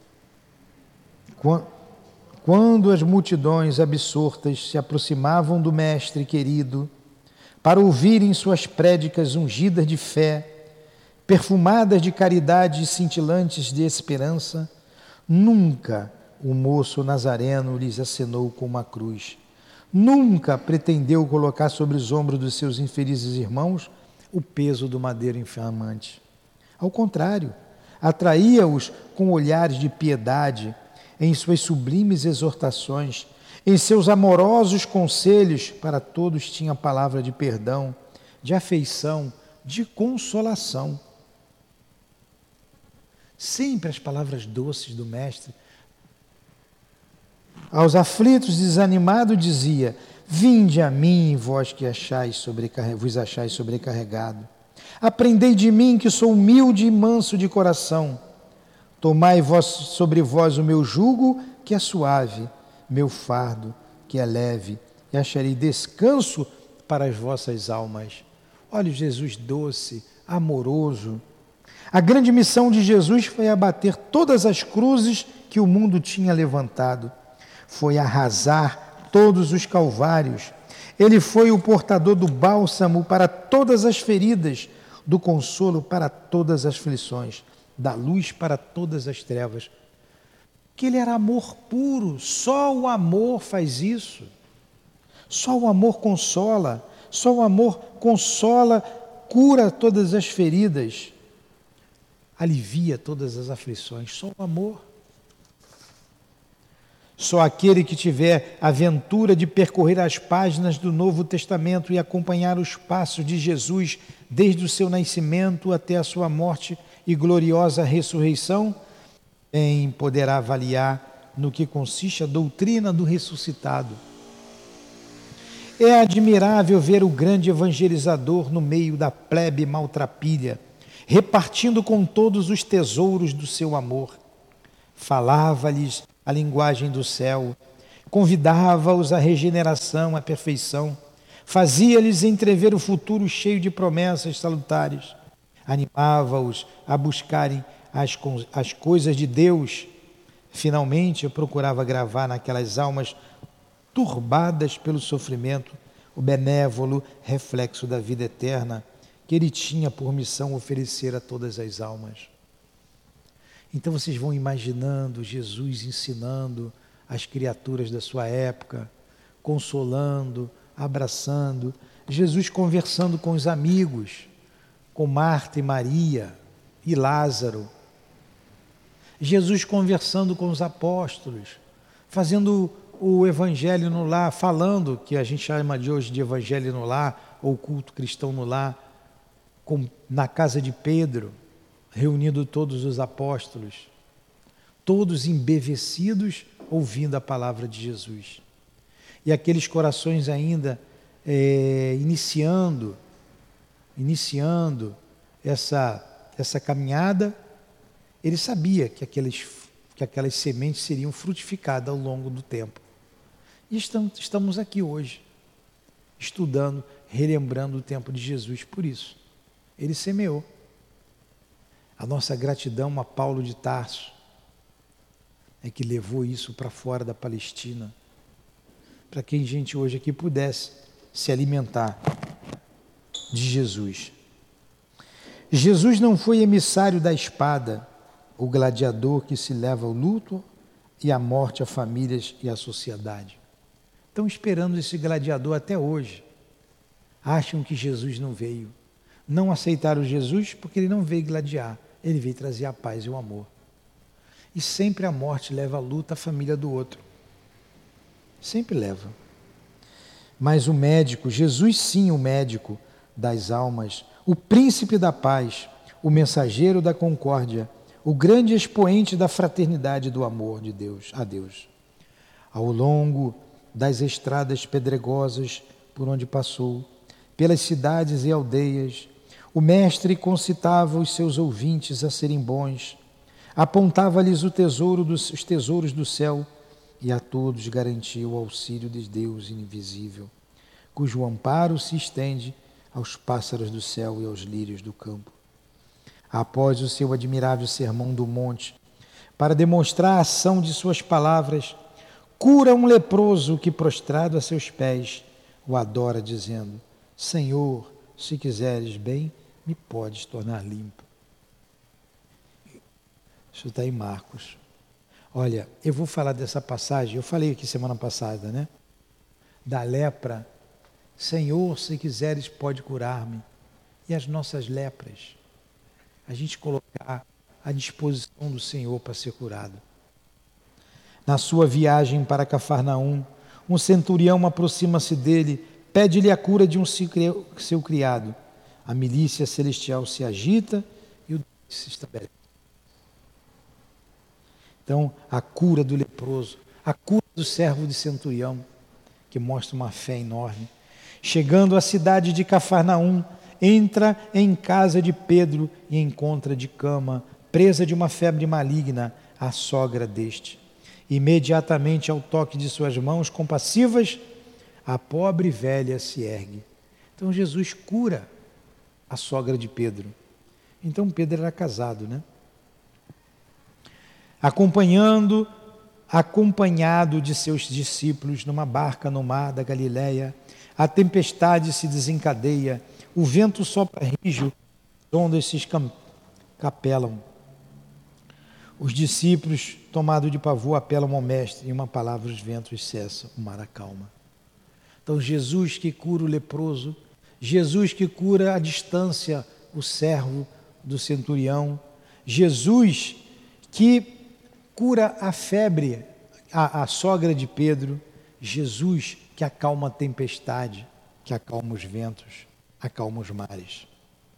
Quando as multidões absortas se aproximavam do Mestre querido para ouvirem suas prédicas ungidas de fé, perfumadas de caridade e cintilantes de esperança, nunca o moço nazareno lhes acenou com uma cruz. Nunca pretendeu colocar sobre os ombros dos seus infelizes irmãos o peso do madeiro inflamante. Ao contrário, atraía-os com olhares de piedade em suas sublimes exortações, em seus amorosos conselhos, para todos tinha palavra de perdão, de afeição, de consolação. Sempre as palavras doces do Mestre. Aos aflitos, desanimado, dizia: vinde a mim, vós que vos achais sobrecarregado. Aprendei de mim, que sou humilde e manso de coração. Tomai sobre vós o meu jugo, que é suave, meu fardo, que é leve, e acharei descanso para as vossas almas. Olha o Jesus doce, amoroso. A grande missão de Jesus foi abater todas as cruzes que o mundo tinha levantado. Foi arrasar todos os calvários. Ele foi o portador do bálsamo para todas as feridas, do consolo para todas as aflições, da luz para todas as trevas. Que ele era amor puro, só o amor faz isso. Só o amor consola, só o amor consola, cura todas as feridas, alivia todas as aflições, só o amor. Só aquele que tiver a ventura de percorrer as páginas do Novo Testamento e acompanhar os passos de Jesus desde o seu nascimento até a sua morte e gloriosa ressurreição, poderá avaliar no que consiste a doutrina do ressuscitado. É admirável ver o grande evangelizador no meio da plebe maltrapilha, repartindo com todos os tesouros do seu amor. Falava-lhes a linguagem do céu, convidava-os à regeneração, à perfeição, fazia-lhes entrever o futuro cheio de promessas salutares, animava-os a buscarem as coisas de Deus. Finalmente, eu procurava gravar naquelas almas turbadas pelo sofrimento o benévolo reflexo da vida eterna que ele tinha por missão oferecer a todas as almas. Então vocês vão imaginando Jesus ensinando as criaturas da sua época, consolando, abraçando, Jesus conversando com os amigos, com Marta e Maria e Lázaro, Jesus conversando com os apóstolos, fazendo o evangelho no lar, falando, que a gente chama de hoje de evangelho no lar, ou culto cristão no lar, na casa de Pedro, reunindo todos os apóstolos, todos embevecidos, ouvindo a palavra de Jesus. E aqueles corações ainda iniciando essa caminhada, ele sabia que aqueles que aquelas sementes seriam frutificadas ao longo do tempo. E estamos aqui hoje, estudando, relembrando o tempo de Jesus por isso. Ele semeou. A nossa gratidão a Paulo de Tarso é que levou isso para fora da Palestina, para que a gente hoje aqui pudesse se alimentar de Jesus. Jesus não foi emissário da espada, o gladiador que se leva ao luto e à morte a famílias e à sociedade. Estão esperando esse gladiador até hoje. Acham que Jesus não veio. Não aceitaram Jesus porque ele não veio gladiar. Ele veio trazer a paz e o amor. E sempre a morte leva a luta à família do outro. Sempre leva. Mas o médico, Jesus sim, o médico das almas, o príncipe da paz, o mensageiro da concórdia, o grande expoente da fraternidade e do amor de Deus, a Deus. Ao longo das estradas pedregosas por onde passou, pelas cidades e aldeias, o mestre concitava os seus ouvintes a serem bons, apontava-lhes os tesouros do céu e a todos garantia o auxílio de Deus invisível, cujo amparo se estende aos pássaros do céu e aos lírios do campo. Após o seu admirável sermão do monte, para demonstrar a ação de suas palavras, cura um leproso que, prostrado a seus pés, o adora, dizendo: Senhor, se quiseres bem, me podes tornar limpo. Isso está em Marcos. Olha, eu vou falar dessa passagem, eu falei aqui semana passada, né? Da lepra. Senhor, se quiseres, pode curar-me. E as nossas lepras, a gente colocar à disposição do Senhor para ser curado. Na sua viagem para Cafarnaum, um centurião aproxima-se dele, pede-lhe a cura de um seu criado. A milícia celestial se agita e o se estabelece. Então, a cura do leproso, a cura do servo de centurião, que mostra uma fé enorme. Chegando à cidade de Cafarnaum, entra em casa de Pedro e encontra de cama, presa de uma febre maligna, a sogra deste. Imediatamente, ao toque de suas mãos compassivas, a pobre velha se ergue. Então Jesus cura a sogra de Pedro. Então Pedro era casado, né? Acompanhado de seus discípulos numa barca no mar da Galileia, a tempestade se desencadeia, o vento sopra rijo, as ondas se capelam. Os discípulos, tomados de pavor, apelam ao mestre, e uma palavra os ventos cessam, o mar acalma. Então Jesus que cura o leproso, Jesus que cura à distância o servo do centurião, Jesus que cura a febre, a sogra de Pedro, Jesus que acalma a tempestade, que acalma os ventos, acalma os mares.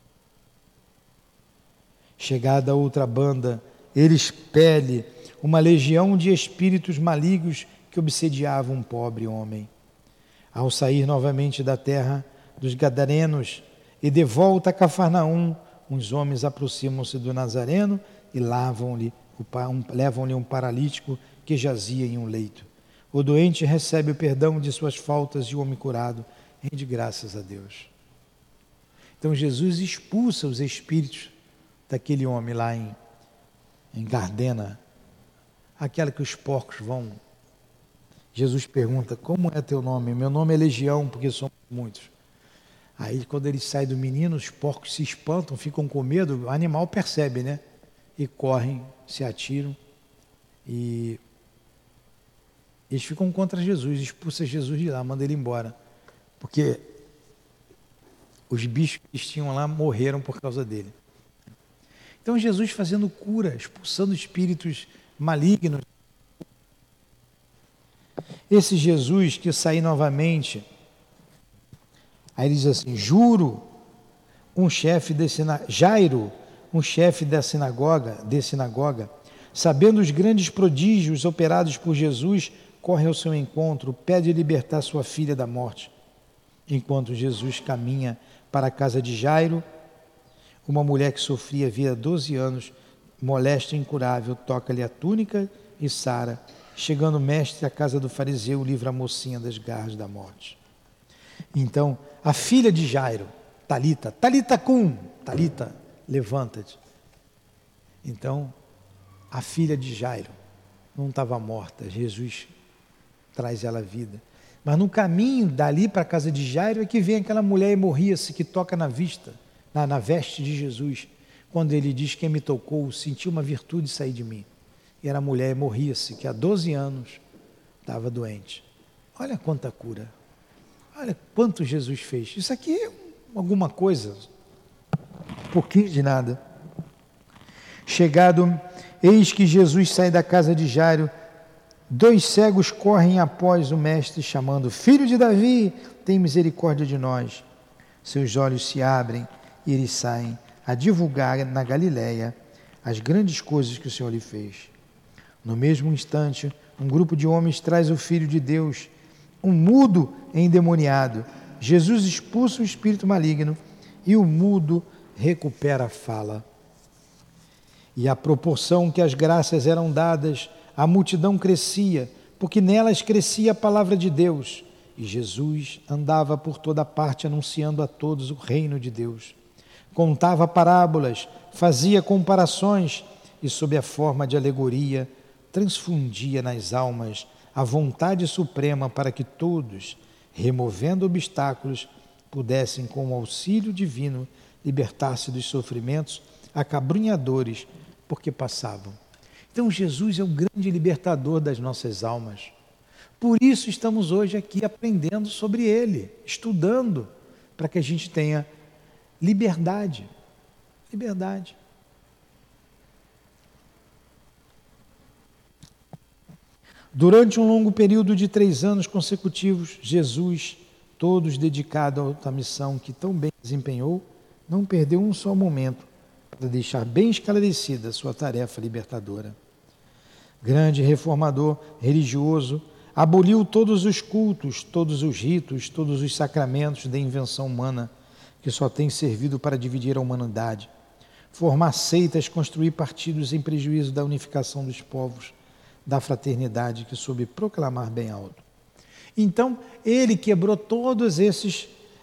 Chegada a outra banda, ele expele uma legião de espíritos malignos que obsediavam um pobre homem. Ao sair novamente da terra dos Gadarenos e de volta a Cafarnaum, uns homens aproximam-se do Nazareno e levam-lhe um paralítico que jazia em um leito. O doente recebe o perdão de suas faltas e o homem curado rende graças a Deus. Então Jesus expulsa os espíritos daquele homem lá em Gardena, aquela que os porcos vão. Jesus pergunta: como é teu nome? Meu nome é Legião, porque somos muitos. Aí quando ele sai do menino, os porcos se espantam, ficam com medo, o animal percebe, né? E correm, se atiram e eles ficam contra Jesus, expulsa Jesus de lá, manda ele embora, porque os bichos que eles tinham lá morreram por causa dele. Então Jesus fazendo cura, expulsando espíritos malignos. Esse Jesus que sair novamente, aí ele diz assim: Jairo, um chefe da sinagoga, sabendo os grandes prodígios operados por Jesus, corre ao seu encontro, pede libertar sua filha da morte. Enquanto Jesus caminha para a casa de Jairo, uma mulher que sofria havia 12 anos moléstia incurável, toca-lhe a túnica e sara. Chegando o mestre à casa do fariseu, livra a mocinha das garras da morte. Então, a filha de Jairo, Talita, Talita cum, Talita, levanta-te. Então, a filha de Jairo não estava morta, Jesus traz ela à vida. Mas no caminho dali para a casa de Jairo é que vem aquela mulher e morria-se que toca na vista, na veste de Jesus. Quando ele diz: quem me tocou, sentiu uma virtude sair de mim. E era a mulher e morria-se, que há 12 anos estava doente. Olha quanta cura. Olha quanto Jesus fez. Isso aqui é alguma coisa, um pouquinho de nada. Chegado, eis que Jesus sai da casa de Jairo. 2 cegos correm após o mestre, chamando: Filho de Davi, tem misericórdia de nós. Seus olhos se abrem e eles saem a divulgar na Galileia as grandes coisas que o Senhor lhe fez. No mesmo instante, um grupo de homens traz o Filho de Deus, um mudo endemoniado. Jesus expulsa o espírito maligno e o mudo recupera a fala. E à proporção que as graças eram dadas, a multidão crescia, porque nelas crescia a palavra de Deus. E Jesus andava por toda parte anunciando a todos o reino de Deus. Contava parábolas, fazia comparações e, sob a forma de alegoria, transfundia nas almas a vontade suprema para que todos, removendo obstáculos, pudessem, com o auxílio divino, libertar-se dos sofrimentos acabrunhadores porque passavam. Então Jesus é o grande libertador das nossas almas. Por isso estamos hoje aqui aprendendo sobre Ele, estudando, para que a gente tenha liberdade. Liberdade. Durante um longo período de 3 anos consecutivos, Jesus, todos dedicado à missão que tão bem desempenhou, não perdeu um só momento para deixar bem esclarecida a sua tarefa libertadora. Grande reformador religioso, aboliu todos os cultos, todos os ritos, todos os sacramentos da invenção humana, que só tem servido para dividir a humanidade, formar seitas, construir partidos em prejuízo da unificação dos povos, da fraternidade que soube proclamar bem alto. Então, ele quebrou todos esses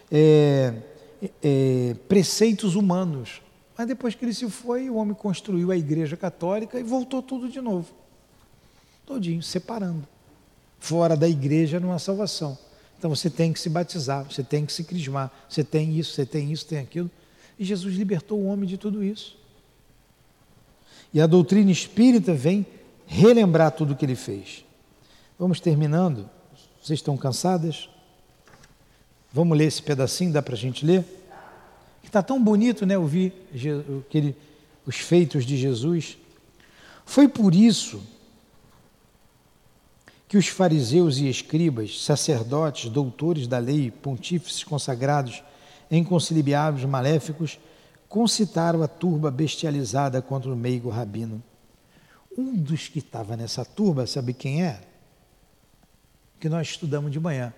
preceitos humanos. Mas depois que ele se foi, o homem construiu a Igreja Católica e voltou tudo de novo. Todinho, separando. Fora da igreja não há salvação. Então você tem que se batizar, você tem que se crismar, você tem isso, tem aquilo. E Jesus libertou o homem de tudo isso. E a doutrina espírita vem relembrar tudo o que ele fez. Vamos terminando. Vocês estão cansadas? Vamos ler esse pedacinho, dá para a gente ler? Está tão bonito, né, ouvir os feitos de Jesus. Foi por isso que os fariseus e escribas, sacerdotes, doutores da lei, pontífices consagrados, inconciliáveis, maléficos, concitaram a turba bestializada contra o meigo rabino. Um dos que estava nessa turba, sabe quem é? Que nós estudamos de manhã.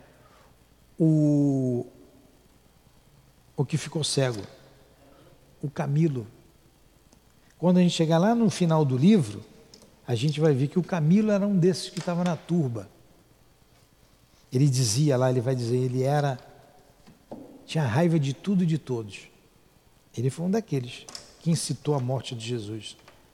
O que ficou cego. O Camilo. Quando a gente chegar lá no final do livro, a gente vai ver que o Camilo era um desses que estava na turba. Ele dizia lá, ele vai dizer, tinha raiva de tudo e de todos. Ele foi um daqueles que incitou a morte de Jesus.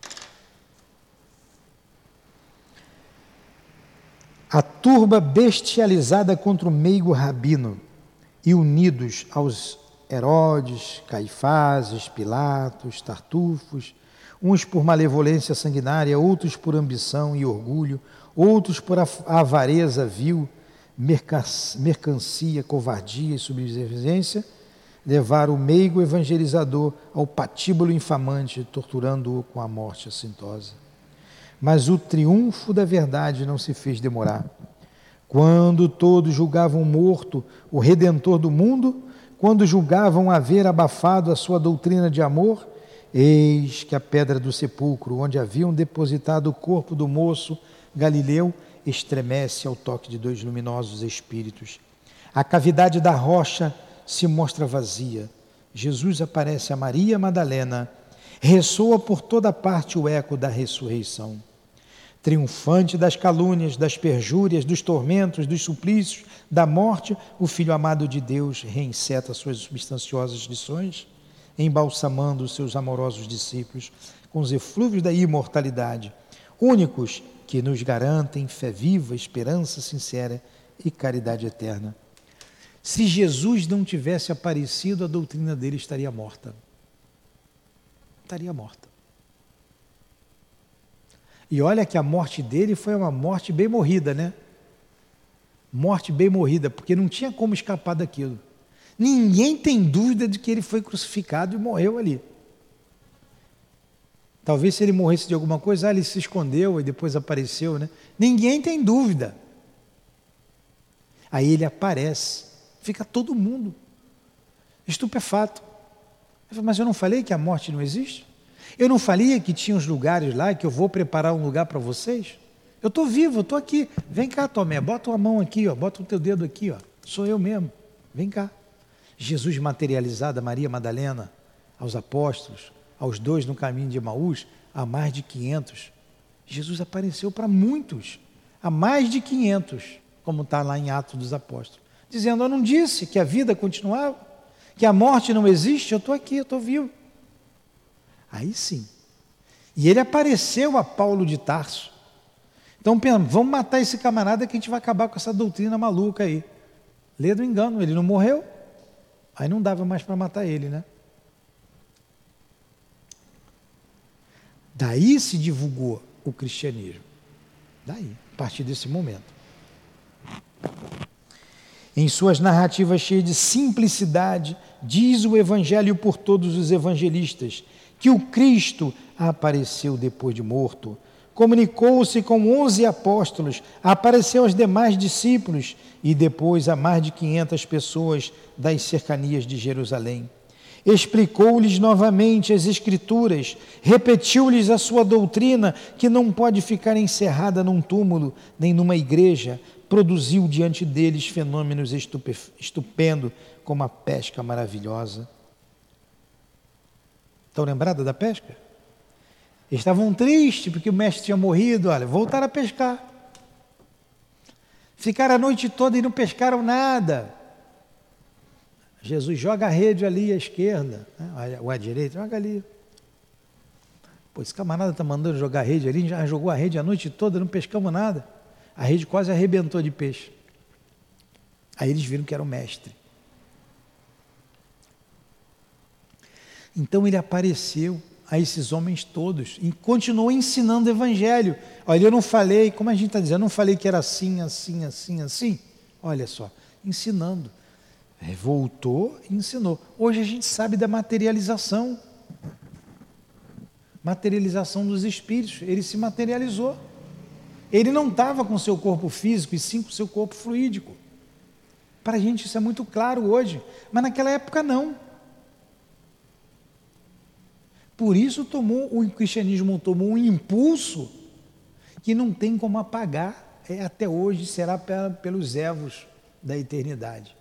A turba bestializada contra o meigo rabino e unidos aos Herodes, Caifás, Pilatos, Tartufos, uns por malevolência sanguinária, outros por ambição e orgulho, outros por avareza vil, mercancia, covardia e subserviência, levaram o meigo evangelizador ao patíbulo infamante, torturando-o com a morte assintosa. Mas o triunfo da verdade não se fez demorar. Quando todos julgavam morto o Redentor do mundo, quando julgavam haver abafado a sua doutrina de amor, eis que a pedra do sepulcro, onde haviam depositado o corpo do moço Galileu, estremece ao toque de 2 luminosos espíritos. A cavidade da rocha se mostra vazia. Jesus aparece a Maria Madalena Ressoa por toda parte o eco da ressurreição. Triunfante das calúnias, das perjúrias, dos tormentos, dos suplícios, da morte, o Filho amado de Deus reenceta suas substanciosas lições, embalsamando os seus amorosos discípulos com os eflúvios da imortalidade, únicos que nos garantem fé viva, esperança sincera e caridade eterna. Se Jesus não tivesse aparecido, a doutrina dele estaria morta. Estaria morta. E olha que a morte dele foi uma morte bem morrida, né? Morte bem morrida, porque não tinha como escapar daquilo. Ninguém tem dúvida de que ele foi crucificado e morreu ali. Talvez se ele morresse de alguma coisa, ele se escondeu e depois apareceu, né? Ninguém tem dúvida. Aí ele aparece, fica todo mundo estupefato. Mas eu não falei que a morte não existe? Eu não falei que tinha uns lugares lá, que eu vou preparar um lugar para vocês? Eu estou vivo, eu estou aqui. Vem cá, Tomé, bota a mão aqui, ó, bota o teu dedo aqui, ó. Sou eu mesmo, vem cá. Jesus materializado a Maria Madalena, aos apóstolos, aos 2 no caminho de Emaús, a mais de 500. Jesus apareceu para muitos, a mais de 500, como está lá em Atos dos Apóstolos, dizendo: eu não disse que a vida continuava, que a morte não existe, eu estou aqui, eu estou vivo. Aí sim. E ele apareceu a Paulo de Tarso. Então, vamos matar esse camarada que a gente vai acabar com essa doutrina maluca aí. Lê do engano, ele não morreu, aí não dava mais para matar ele, né? Daí se divulgou o cristianismo. Daí, a partir desse momento. Em suas narrativas cheias de simplicidade, diz o Evangelho por todos os evangelistas que o Cristo apareceu depois de morto, comunicou-se com 11 apóstolos, apareceu aos demais discípulos e depois a mais de 500 pessoas das cercanias de Jerusalém. Explicou-lhes novamente as Escrituras, repetiu-lhes a sua doutrina, que não pode ficar encerrada num túmulo nem numa igreja. Produziu diante deles fenômenos estupendos, como a pesca maravilhosa. Estão lembrados da pesca? Estavam tristes porque o mestre tinha morrido. Olha, voltaram a pescar. Ficaram a noite toda e não pescaram nada. Jesus joga a rede ali à esquerda, né? Ou à direita, joga ali. Pô, esse camarada está mandando jogar a rede ali, já jogou a rede a noite toda, não pescamos nada. A rede quase arrebentou de peixe. Aí eles viram que era o mestre. Então ele apareceu a esses homens todos e continuou ensinando o Evangelho. Olha, eu não falei, como a gente está dizendo, eu não falei que era assim, assim, assim, assim. Olha só, ensinando. Voltou e ensinou. Hoje a gente sabe da materialização. Materialização dos espíritos. Ele se materializou. Ele não estava com seu corpo físico e sim com seu corpo fluídico. Para a gente isso é muito claro hoje, mas naquela época não. Por isso o cristianismo tomou um impulso que não tem como apagar, até hoje será pelos ervos da eternidade.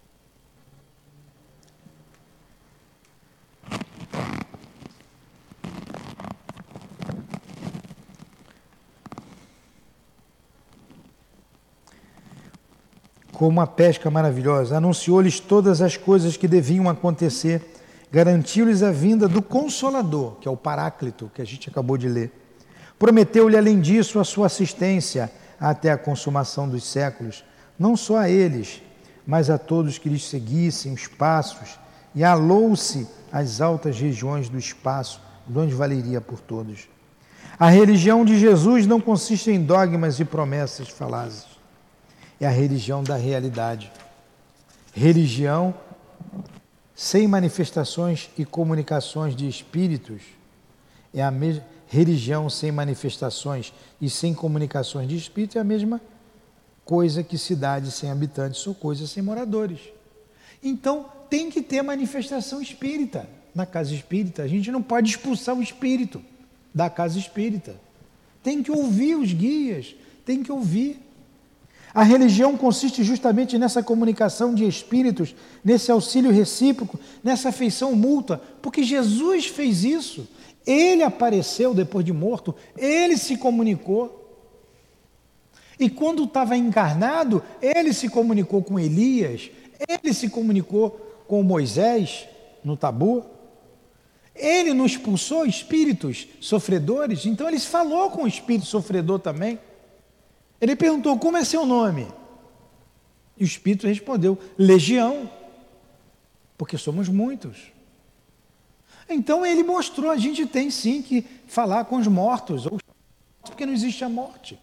Com uma pesca maravilhosa, anunciou-lhes todas as coisas que deviam acontecer, garantiu-lhes a vinda do Consolador, que é o Paráclito, que a gente acabou de ler. Prometeu-lhe, além disso, a sua assistência até a consumação dos séculos, não só a eles, mas a todos que lhes seguissem os passos, e alou-se às altas regiões do espaço, de onde valeria por todos. A religião de Jesus não consiste em dogmas e promessas falazes. É a religião da realidade. Religião sem manifestações e comunicações de espíritos é a mesma. Religião sem manifestações e sem comunicações de espíritos é a mesma coisa que cidade sem habitantes ou coisa sem moradores. Então tem que ter manifestação espírita na casa espírita. A gente não pode expulsar o espírito da casa espírita. Tem que ouvir os guias, tem que ouvir. A religião consiste justamente nessa comunicação de espíritos, nesse auxílio recíproco, nessa afeição mútua, porque Jesus fez isso. Ele apareceu depois de morto, ele se comunicou. E quando estava encarnado, ele se comunicou com Elias, ele se comunicou com Moisés no Tabu. Ele não expulsou espíritos sofredores, então ele falou com o espírito sofredor também. Ele perguntou: como é seu nome? E o espírito respondeu: Legião, porque somos muitos. Então ele mostrou: a gente tem sim que falar com os mortos, porque não existe a morte.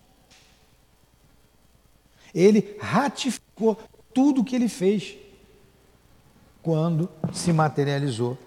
Ele ratificou tudo o que ele fez quando se materializou.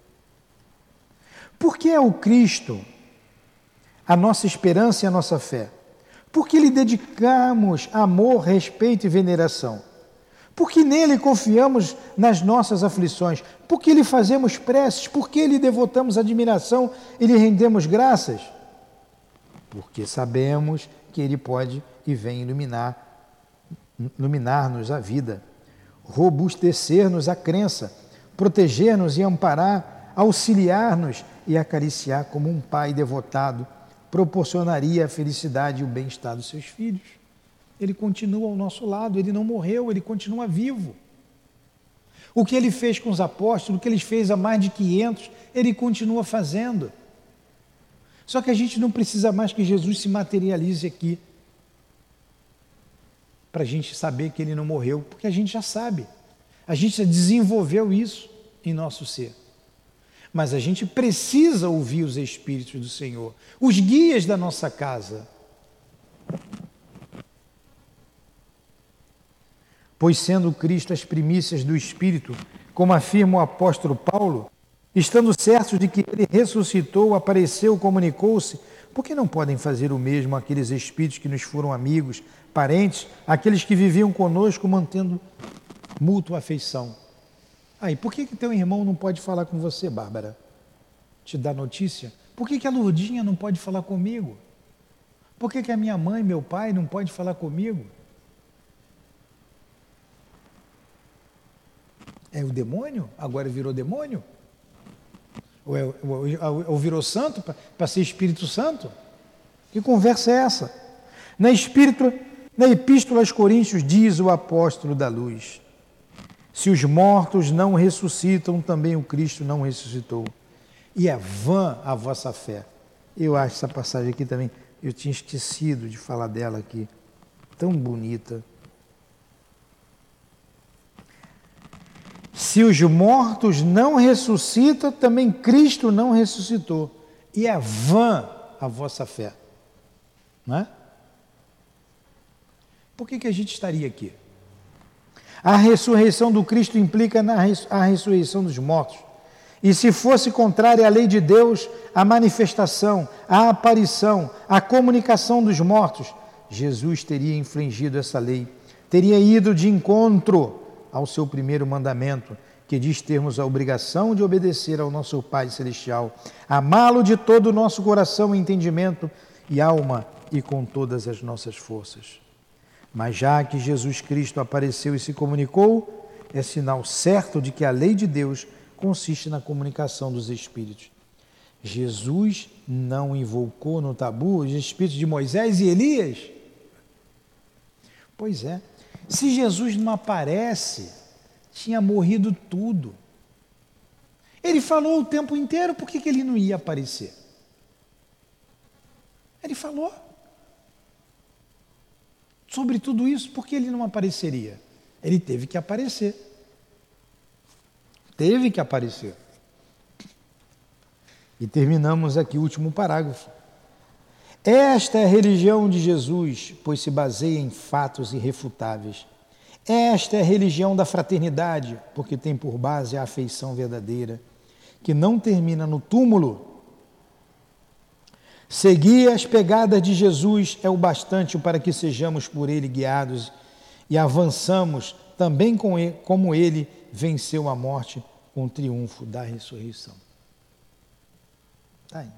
Por que é o Cristo a nossa esperança e a nossa fé? Porque lhe dedicamos amor, respeito e veneração. Porque nele confiamos nas nossas aflições. Porque lhe fazemos preces. Porque lhe devotamos admiração e lhe rendemos graças. Porque sabemos que ele pode e vem iluminar-nos a vida, robustecer-nos a crença, proteger-nos e amparar, auxiliar-nos e acariciar como um pai devotado proporcionaria a felicidade e o bem-estar dos seus filhos. Ele continua ao nosso lado, ele não morreu, ele continua vivo. O que ele fez com os apóstolos, o que ele fez há mais de 500, ele continua fazendo. Só que a gente não precisa mais que Jesus se materialize aqui para a gente saber que ele não morreu, porque a gente já sabe. A gente já desenvolveu isso em nosso ser. Mas a gente precisa ouvir os Espíritos do Senhor, os guias da nossa casa. Pois sendo Cristo as primícias do Espírito, como afirma o apóstolo Paulo, estando certos de que ele ressuscitou, apareceu, comunicou-se, por que não podem fazer o mesmo aqueles Espíritos que nos foram amigos, parentes, aqueles que viviam conosco, mantendo mútua afeição? Aí, por que teu irmão não pode falar com você, Bárbara? Te dá notícia? Por que a Lourdinha não pode falar comigo? Por que a minha mãe, meu pai não pode falar comigo? É o demônio? Agora virou demônio? Ou virou santo para ser Espírito Santo? Que conversa é essa? Na Epístola aos Coríntios diz o apóstolo da luz: se os mortos não ressuscitam, também o Cristo não ressuscitou. E é vã a vossa fé. Eu acho essa passagem aqui também, eu tinha esquecido de falar dela aqui. Tão bonita. Se os mortos não ressuscitam, também Cristo não ressuscitou. E é vã a vossa fé. Não é? Por que a gente estaria aqui? A ressurreição do Cristo implica a ressurreição dos mortos. E se fosse contrária à lei de Deus, a manifestação, a aparição, a comunicação dos mortos, Jesus teria infringido essa lei, teria ido de encontro ao seu primeiro mandamento, que diz termos a obrigação de obedecer ao nosso Pai Celestial, amá-lo de todo o nosso coração, entendimento e alma e com todas as nossas forças. Mas já que Jesus Cristo apareceu e se comunicou, é sinal certo de que a lei de Deus consiste na comunicação dos Espíritos. Jesus não invocou no tabu os Espíritos de Moisés e Elias? Pois é. Se Jesus não aparece, tinha morrido tudo. Ele falou o tempo inteiro, por que ele não ia aparecer? Ele falou. Sobre tudo isso, por que ele não apareceria? Ele teve que aparecer. Teve que aparecer. E terminamos aqui o último parágrafo. Esta é a religião de Jesus, pois se baseia em fatos irrefutáveis. Esta é a religião da fraternidade, porque tem por base a afeição verdadeira, que não termina no túmulo. Seguir as pegadas de Jesus é o bastante para que sejamos por ele guiados e avançamos também como ele venceu a morte com o triunfo da ressurreição. Tá aí.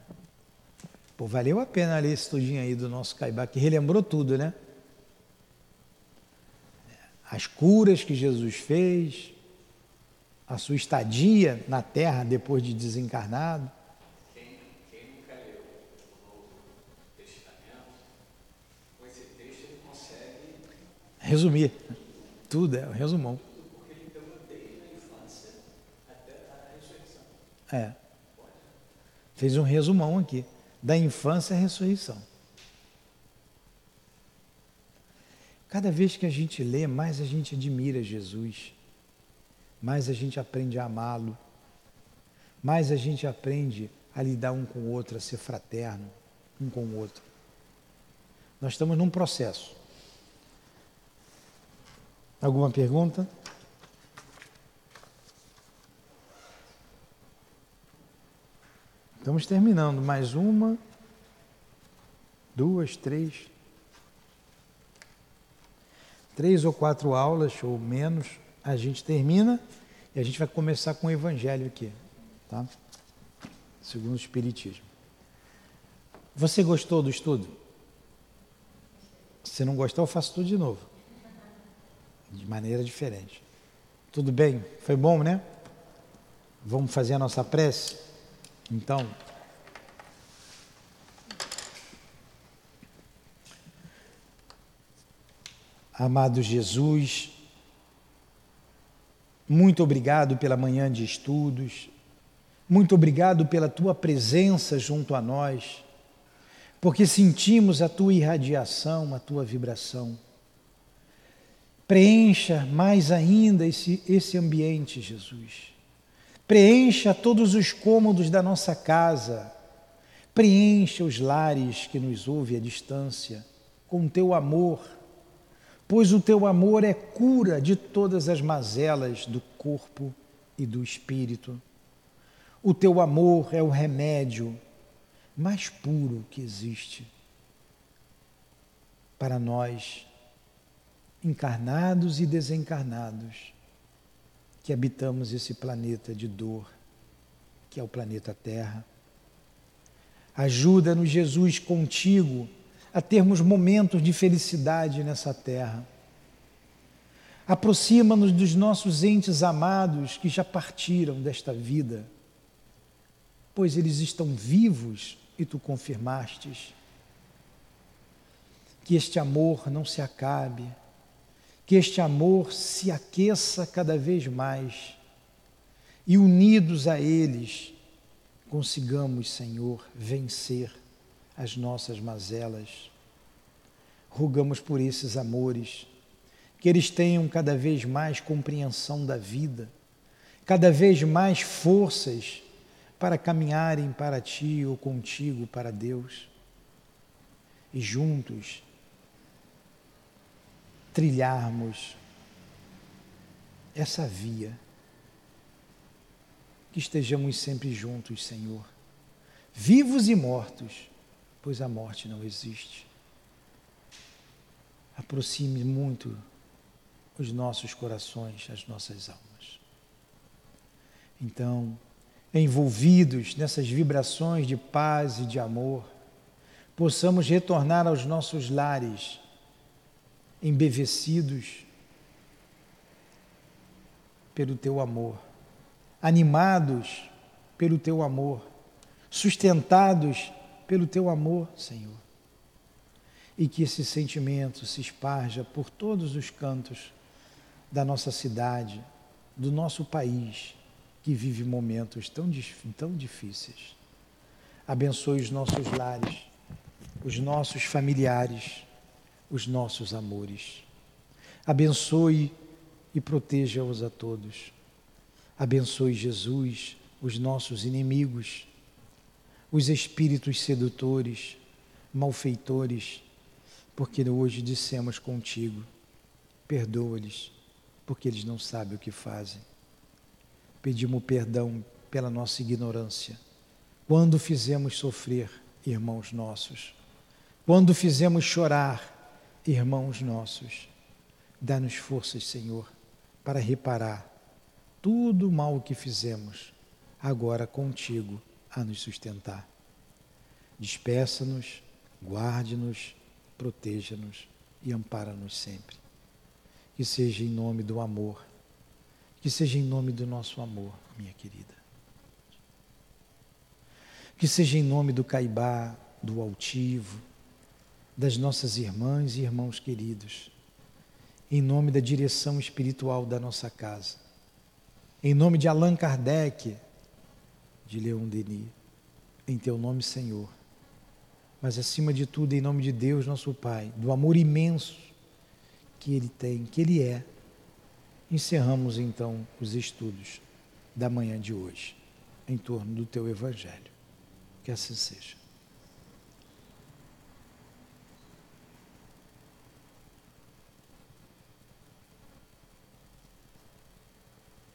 Pô, valeu a pena ler esse tudinho aí do nosso Caibá, que relembrou tudo, né? as curas que Jesus fez, a sua estadia na Terra depois de desencarnado. Quem nunca leu o Novo Testamento, com esse texto ele consegue Resumir, tudo é um resumão. porque ele pegou desde a infância até a ressurreição. Fez um resumão aqui, da infância à ressurreição. Cada vez que a gente lê, mais a gente admira Jesus, mais a gente aprende a amá-lo, mais a gente aprende a lidar um com o outro, a ser fraterno um com o outro. Nós estamos num processo. Alguma pergunta? Estamos terminando. Mais uma, duas, três. 3 ou 4 aulas ou menos, a gente termina e a gente vai começar com o Evangelho aqui, tá? Segundo o Espiritismo. Você gostou do estudo? Se não gostou, eu faço tudo de novo. De maneira diferente. Tudo bem? Foi bom, né? Vamos fazer a nossa prece? Então, amado Jesus, muito obrigado pela manhã de estudos, muito obrigado pela tua presença junto a nós, porque sentimos a tua irradiação, a tua vibração. Preencha mais ainda esse ambiente, Jesus. Preencha todos os cômodos da nossa casa, preencha os lares que nos ouvem à distância com o teu amor, pois o teu amor é cura de todas as mazelas do corpo e do espírito. O teu amor é o remédio mais puro que existe para nós, encarnados e desencarnados, que habitamos esse planeta de dor, que é o planeta Terra. Ajuda-nos, Jesus, contigo, a termos momentos de felicidade nessa terra. Aproxima-nos dos nossos entes amados que já partiram desta vida, pois eles estão vivos e tu confirmastes. Que este amor não se acabe, que este amor se aqueça cada vez mais e unidos a eles consigamos, Senhor, vencer as nossas mazelas. Rogamos por esses amores, que eles tenham cada vez mais compreensão da vida, cada vez mais forças para caminharem para Ti ou contigo para Deus. E juntos trilharmos essa via. Que estejamos sempre juntos, Senhor, vivos e mortos, pois a morte não existe. Aproxime muito os nossos corações, as nossas almas. Então, envolvidos nessas vibrações de paz e de amor, possamos retornar aos nossos lares, embevecidos pelo Teu amor, animados pelo Teu amor, sustentados pelo Teu amor, Senhor. E que esse sentimento se esparja por todos os cantos da nossa cidade, do nosso país, que vive momentos tão difíceis. Abençoe os nossos lares, os nossos familiares, os nossos amores. Abençoe e proteja-os a todos. Abençoe, Jesus, os nossos inimigos, os espíritos sedutores, malfeitores, porque hoje dissemos contigo, perdoa-lhes, porque eles não sabem o que fazem. Pedimos perdão pela nossa ignorância, quando fizemos sofrer irmãos nossos, quando fizemos chorar irmãos nossos. Dá-nos forças, Senhor, para reparar tudo o mal que fizemos, agora contigo a nos sustentar. Despeça-nos, guarde-nos, proteja-nos e ampara-nos sempre. que seja em nome do amor, que seja em nome do nosso amor, minha querida. Que seja em nome do Caibá, do altivo, das nossas irmãs e irmãos queridos, em nome da direção espiritual da nossa casa, em nome de Allan Kardec, de Leon Denis, em teu nome, Senhor, mas acima de tudo em nome de Deus, nosso Pai, do amor imenso que Ele tem, que Ele é. Encerramos então os estudos da manhã de hoje, em torno do teu Evangelho. Que assim seja.